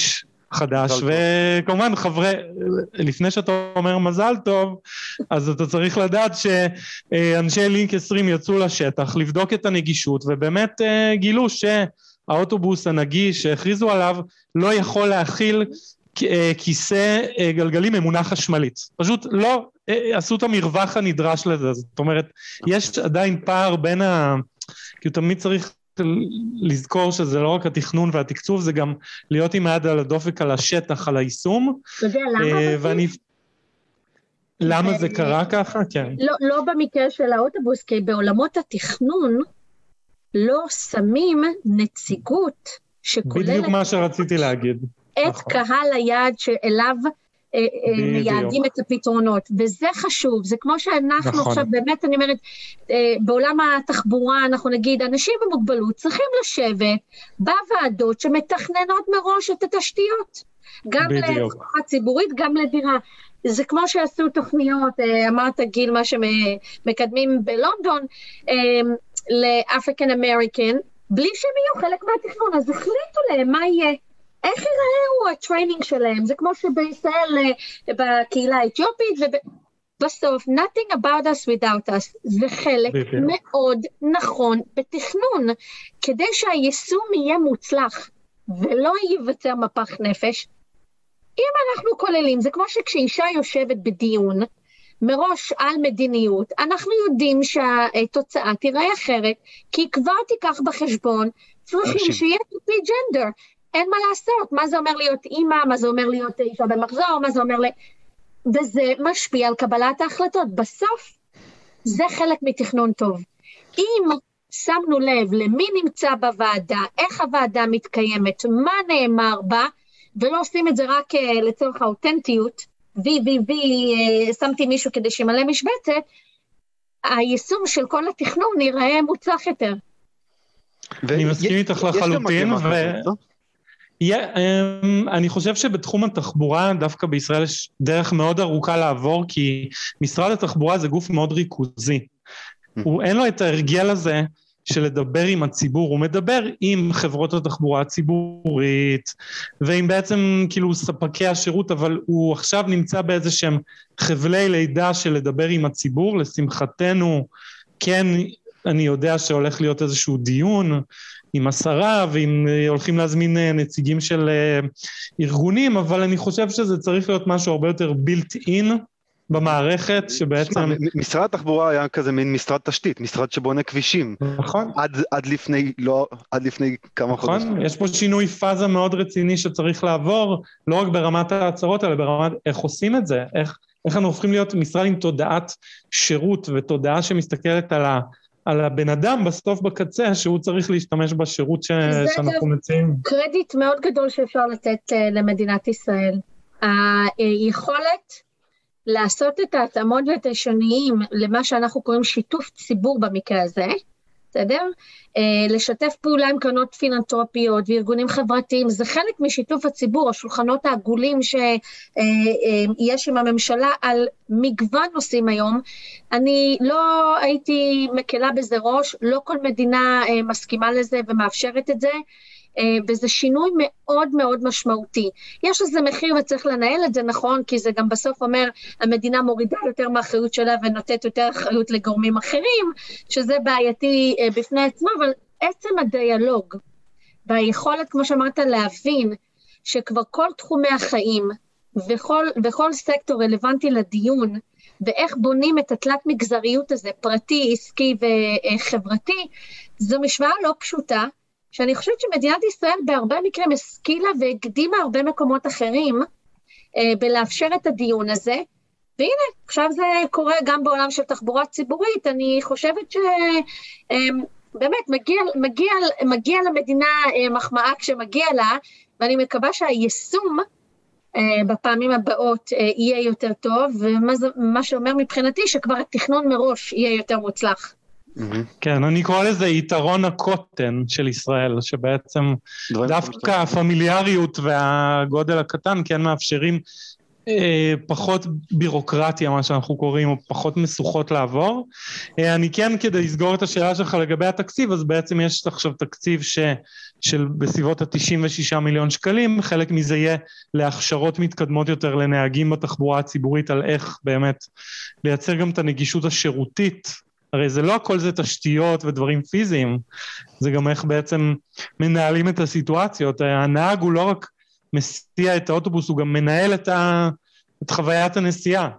חדש, וכמובן חברי, לפני שאתה אומר מזל טוב, אז אתה צריך לדעת שאנשי לינק עשרים יצאו לשטח, לבדוק את הנגישות, ובאמת גילו שהאוטובוס הנגיש שהכריזו עליו, לא יכול להכיל כיסא גלגלים ממונע חשמלית, פשוט לא עשו את המרווח הנדרש לזה, זאת אומרת, יש עדיין פער בין ה... כי הוא תמיד צריך לזכור שזה לא רק התכנון והתקצוב, זה גם להיות עם היד על הדופק על השטח, על היישום. אתה יודע, למה? ואני... למה זה קרה ככה? כן. לא, לא במקרה של האוטובוס, כי בעולמות התכנון לא שמים נציגות שכוללת... בדיוק מה שרציתי להגיד. את קהל היעד שאליו מייעדים את הפתרונות, וזה חשוב, זה כמו שאנחנו עכשיו, באמת אני אומרת, בעולם התחבורה אנחנו נגיד, אנשים במוגבלות צריכים לשבת בוועדות שמתכננות מראש את התשתיות, גם לתחבורה ציבורית, גם לדירה, זה כמו שעשו תוכניות, אמרת גיל, מה שמקדמים בלונדון, לאפריקן אמריקן, בלי שהם יהיו חלק מהתכנון, אז החליטו להם מה יהיה, איך יראו הטריינינג שלהם? זה כמו שבישראל, בקהילה האתיופית, ובסוף, nothing about us without us, זה חלק מאוד נכון בתכנון, כדי שהיישום יהיה מוצלח, ולא ייווצר מפח נפש. אם אנחנו כוללים, זה כמו שכשאישה יושבת בדיון, מראש על מדיניות, אנחנו יודעים שהתוצאה תראה אחרת, כי היא כבר תיקח בחשבון, צריכים שיהיה טופי ג'נדר, אין מה לעשות, מה זה אומר להיות אימא, מה זה אומר להיות אישה במחזור, מה זה אומר ל... וזה משפיע על קבלת ההחלטות. בסוף, זה חלק מתכנון טוב. אם שמנו לב למי נמצא בוועדה, איך הוועדה מתקיימת, מה נאמר בה, ולא עושים את זה רק לצורך האותנטיות, וי וי וי, שמתי מישהו כדי שימלא משבצת, היישום של כל התכנון נראה מוצלח יותר. אני מסכים איתך לחלוטין, ו... Yeah, um, אני חושב שבתחום התחבורה דווקא בישראל יש דרך מאוד ארוכה לעבור, כי משרד התחבורה זה גוף מאוד ריכוזי, הוא אין לו את ההרגל הזה של לדבר עם הציבור, הוא מדבר עם חברות התחבורה הציבורית, ועם בעצם כאילו ספקי השירות, אבל הוא עכשיו נמצא באיזה שהם חבלי לידה של לדבר עם הציבור, לשמחתנו כן אני יודע שהולך להיות איזשהו דיון, עם השרה, ואם הולכים להזמין נציגים של ארגונים, אבל אני חושב שזה צריך להיות משהו הרבה יותר built in במערכת, שבעצם... משרד התחבורה היה כזה מין משרד תשתית, משרד שבונה כבישים. נכון. עד, עד לפני, לא, עד לפני כמה נכון, חודשים. יש פה שינוי פאזה מאוד רציני שצריך לעבור, לא רק ברמת ההצהרות, אלא ברמת איך עושים את זה, איך, איך אנחנו הופכים להיות משרד עם תודעת שירות, ותודעה שמסתכלת על ה... על הבן אדם בסוף בקצה, שהוא צריך להשתמש בשירות ש... שאנחנו מציעים. זה קרדיט מאוד גדול שאפשר לתת uh, למדינת ישראל. היכולת לעשות את ההתאמות ואת השוניים, למה שאנחנו קוראים שיתוף ציבור במקרה הזה, בסדר? Uh, לשתף פעולה עם קרנות פילנתרופיות וארגונים חברתיים, זה חלק משיתוף הציבור, השולחנות העגולים שיש uh, uh, עם הממשלה על מגוון נושאים היום. אני לא הייתי מקלה בזה ראש, לא כל מדינה uh, מסכימה לזה ומאפשרת את זה, uh, וזה שינוי מאוד מאוד משמעותי. יש לזה מחיר וצריך לנהל את זה נכון, כי זה גם בסוף אומר, המדינה מורידה יותר מאחריות שלה ונותנת יותר אחריות לגורמים אחרים, שזה בעייתי uh, בפני עצמו, אבל עצם הדיאלוג, והיכולת, כמו שאמרת, להבין שכבר כל תחומי החיים, וכל, וכל סקטור רלוונטי לדיון, ואיך בונים את התלת מגזריות הזה, פרטי, עסקי וחברתי, זו משוואה לא פשוטה, שאני חושבת שמדינת ישראל בהרבה מקרים השכילה והקדימה הרבה מקומות אחרים, אה, בלאפשר את הדיון הזה, והנה, עכשיו זה קורה גם בעולם של תחבורה ציבורית, אני חושבת ש... אה, באמת, מגיע, מגיע, מגיע למדינה אה, מחמאה כשמגיע לה, ואני מקווה שהיישום אה, בפעמים הבאות אה, יהיה יותר טוב, ומה זה, מה שאומר מבחינתי שכבר התכנון מראש יהיה יותר מוצלח. כן, אני קורא לזה יתרון הקוטן של ישראל, שבעצם דווקא הפמיליאריות והגודל הקטן כן מאפשרים פחות בירוקרטיה, מה שאנחנו קוראים, או פחות מסוכות לעבור. אני כן, כדי לסגור את השאלה שלך לגבי התקציב, אז בעצם יש עכשיו תקציב ש, של בסביבות ה-תשעים ושישה מיליון שקלים, חלק מזה יהיה להכשרות מתקדמות יותר לנהגים בתחבורה הציבורית, על איך באמת לייצר גם את הנגישות השירותית, הרי זה לא הכל זה תשתיות ודברים פיזיים, זה גם איך בעצם מנהלים את הסיטואציות, הנהג הוא לא רק מסיע את האוטובוס, הוא גם מנהל את, ה, את חוויית הנסיעה,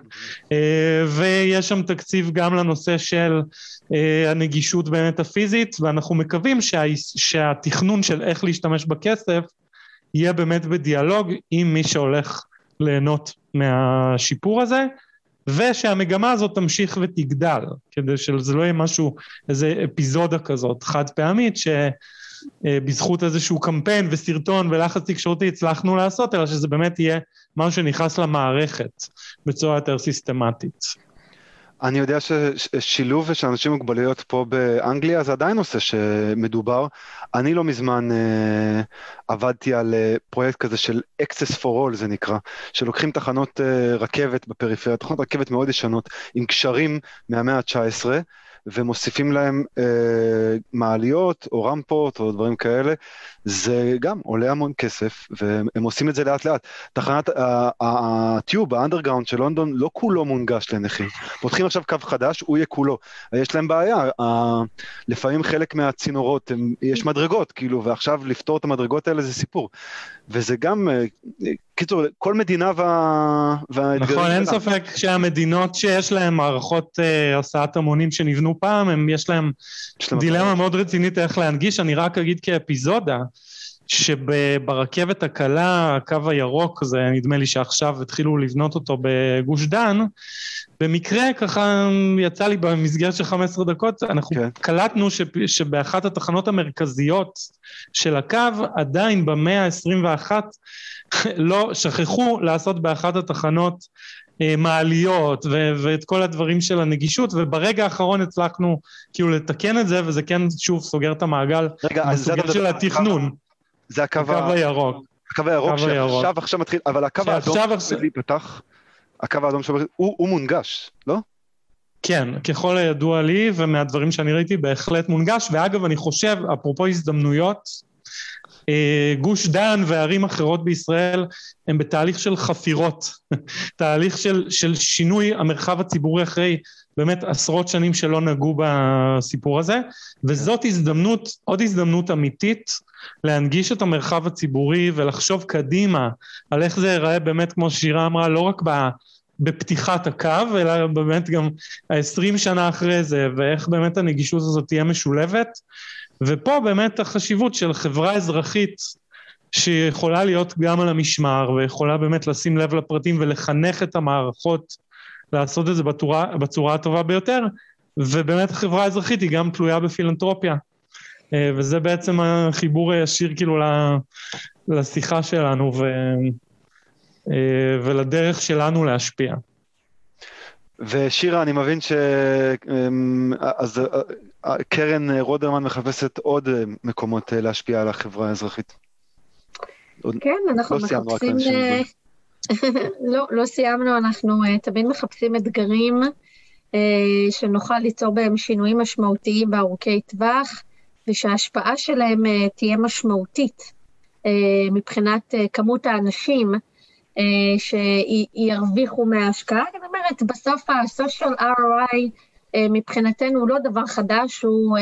ויש שם תקציב גם לנושא של הנגישות באמת הפיזית, ואנחנו מקווים שה, שהתכנון של איך להשתמש בכסף, יהיה באמת בדיאלוג עם מי שהולך ליהנות מהשיפור הזה, ושהמגמה הזאת תמשיך ותגדל, כדי שזה לא יהיה משהו, איזה אפיזודה כזאת, חד פעמית, שבזכות איזשהו קמפיין וסרטון ולחץ תקשורתי הצלחנו לעשות, אלא שזה באמת יהיה משהו שנכנס למערכת, בצורה יותר סיסטמטית. אני יודע ששילוב של אנשים מוגבלויות פה באנגליה, זה עדיין נושא שמדובר. אני לא מזמן אה, עבדתי על אה, פרויקט כזה של Access for All, זה נקרא, שלוקחים תחנות אה, רכבת בפריפריה, תחנות רכבת מאוד ישנות, עם קשרים מהמאה ה-תשע עשרה, ומוסיפים להם אה, מעליות או רמפות או דברים כאלה, זה גם עולה המון כסף, והם עושים את זה לאט לאט. תחנת הטיוב, האנדרגראונד של לונדון, לא כולו מונגש לנכים. פותחים עכשיו קו חדש, הוא יהיה כולו. יש להם בעיה, לפעמים חלק מהצינורות, יש מדרגות, כאילו, ועכשיו לפתור את המדרגות האלה זה סיפור. וזה גם, קיצור, כל מדינה וה... נכון, אין ספק שהמדינות שיש להם מערכות הסעת המונים שנבנו פעם, יש להם דילמה מאוד רצינית איך להנגיש. אני רק אגיד כאפיזודה, שברכבת הקלה, הקו הירוק, זה נדמה לי שעכשיו התחילו לבנות אותו בגוש דן, במקרה ככה יצא לי במסגרת של חמש עשרה דקות, אנחנו okay. קלטנו שבאחת התחנות המרכזיות של הקו, עדיין במאה ה-עשרים ואחת, לא שכחו לעשות באחת התחנות מעליות ו- ואת כל הדברים של הנגישות, וברגע האחרון הצלחנו כאילו לתקן את זה, וזה כן שוב סוגר את המעגל בסוגר של התכנון. זה הקו הירוק. הקו הירוק שעכשיו עכשיו מתחיל, אבל הקו האדום להיפתח, הקו האדום הוא מונגש, לא? כן, ככל הידוע לי, ומהדברים שאני ראיתי בהחלט מונגש, ואגב אני חושב, אפרופו הזדמנויות, גוש דן וערים אחרות בישראל הם בתהליך של חפירות, תהליך של, של שינוי המרחב הציבורי אחרי באמת עשרות שנים שלא נגעו בסיפור הזה, וזאת הזדמנות, עוד הזדמנות אמיתית, להנגיש את המרחב הציבורי ולחשוב קדימה על איך זה ייראה באמת כמו שירה אמרה, לא רק בפתיחת הקו, אלא באמת גם ה-עשרים שנה אחרי זה, ואיך באמת הנגישות הזאת תהיה משולבת, ופה באמת החשיבות של חברה אזרחית, שיכולה להיות גם על המשמר, ויכולה באמת לשים לב לפרטים ולחנך את המערכות, לעשות את זה בצורה, בצורה הטובה ביותר, ובאמת החברה האזרחית היא גם תלויה בפילנטרופיה, וזה בעצם החיבור הישיר כאילו לשיחה שלנו, ו, ולדרך שלנו להשפיע. ושירה, אני מבין שקרן רודרמן מחפשת עוד מקומות להשפיע על החברה האזרחית. כן, אנחנו מחפשים, לא, לא סיימנו, אנחנו תמיד מחפשים אתגרים שנוכל ליצור בהם שינויים משמעותיים בארוכי טווח, ושההשפעה שלהם תהיה משמעותית מבחינת כמות האנשים שירוויחו מההשקעה. אני אומרת, בסוף ה-social אר או איי מבחינתנו הוא לא דבר חדש, הוא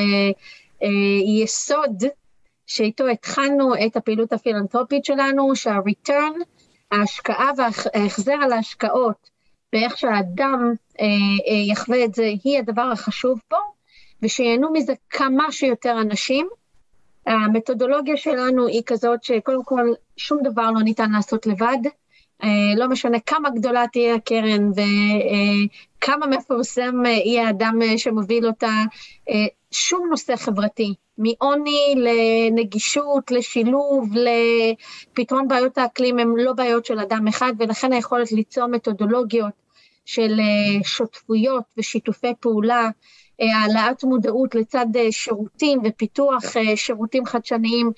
יסוד שאיתו התחלנו את הפעילות הפילנטרופית שלנו, שה-return, ההשקעה וההחזר על ההשקעות, ואיך שהאדם יחווה את זה, היא הדבר החשוב פה, ושיהנו מזה כמה שיותר אנשים. המתודולוגיה שלנו היא כזאת שקודם כל שום דבר לא ניתן לעשות לבד, לא משנה כמה גדולה תהיה הקרן וכמה מפורסם יהיה האדם שמוביל אותה, שום נושא חברתי, מעוני לנגישות, לשילוב, לפתרון בעיות האקלים, הם לא בעיות של אדם אחד, ולכן היכולת ליצור מתודולוגיות של שותפויות ושיתופי פעולה, העלאת מודעות לצד שירותים ופיתוח שירותים חדשניים,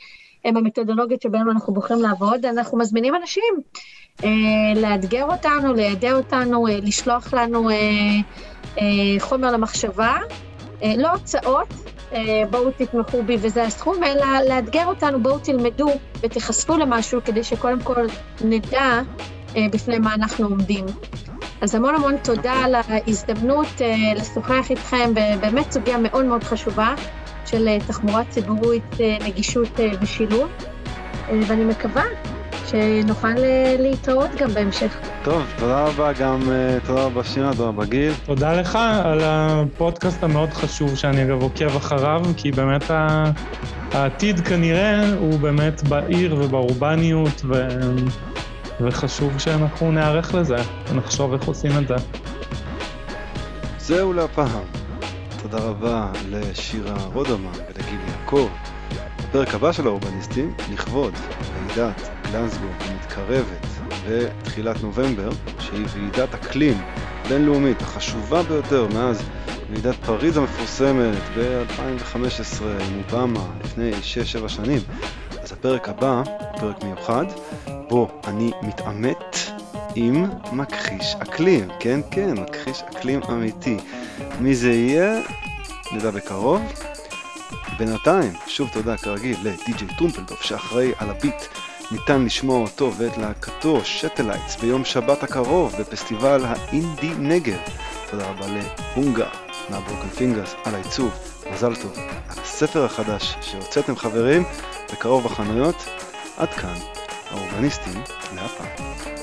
הם המתודולוגיות שבהם אנחנו בוחרים לעבוד, אנחנו מזמינים אנשים לאתגר אותנו, לידע אותנו, לשלוח לנו חומר למחשבה, לא הוצאות, בואו תתמכו בי וזה הסכום, אלא לאתגר אותנו, בואו תלמדו ותחשפו למשהו כדי שקודם כל נדע בפני מה אנחנו עומדים. אז המון המון תודה על ההזדמנות לשוחח איתכם, ובאמת סוגיה מאוד מאוד חשובה של תחבורה ציבורית, נגישות ושילוב, ואני מקווה שנוכל להתראות גם בהמשך. טוב, תודה רבה גם, תודה רבה שירה, תודה רבה גיל. תודה לך על הפודקאסט המאוד חשוב שאני אגב עוקב אחריו, כי באמת העתיד כנראה הוא באמת בעיר ובאורבניות, ו... וחשוב שאנחנו נערך לזה, ונחשוב איך עושים את זה. זהו להפעם. תודה רבה לשירה רודרמן ולגיל יעקב. בפרק הבא של האורבניסטים, לכבוד ועידת גלזגו המתקרבת בתחילת נובמבר, שהיא ועידת אקלים בינלאומית החשובה ביותר מאז ועידת פריז המפורסמת ב-אלפיים וחמש עשרה עם אובמה לפני שש שבע שנים. אז הפרק הבא הוא פרק מיוחד, בו אני מתעמת עם מכחיש אקלים. כן, כן, מכחיש אקלים אמיתי. מי זה יהיה? נדע בקרוב. בינתיים, שוב תודה כרגיל לדי-ג'יי טרומפלדוף שאחראי על הביט. ניתן לשמוע אותו ואת להקתו שטלייטס ביום שבת הקרוב בפסטיבל האינדי נגב. תודה רבה להונגה מהברוקן פינגרס על העיצוב. מזל טוב על הספר החדש שהוצאתם חברים בקרוב בחנויות. עד כאן האורבניסטים להפעם.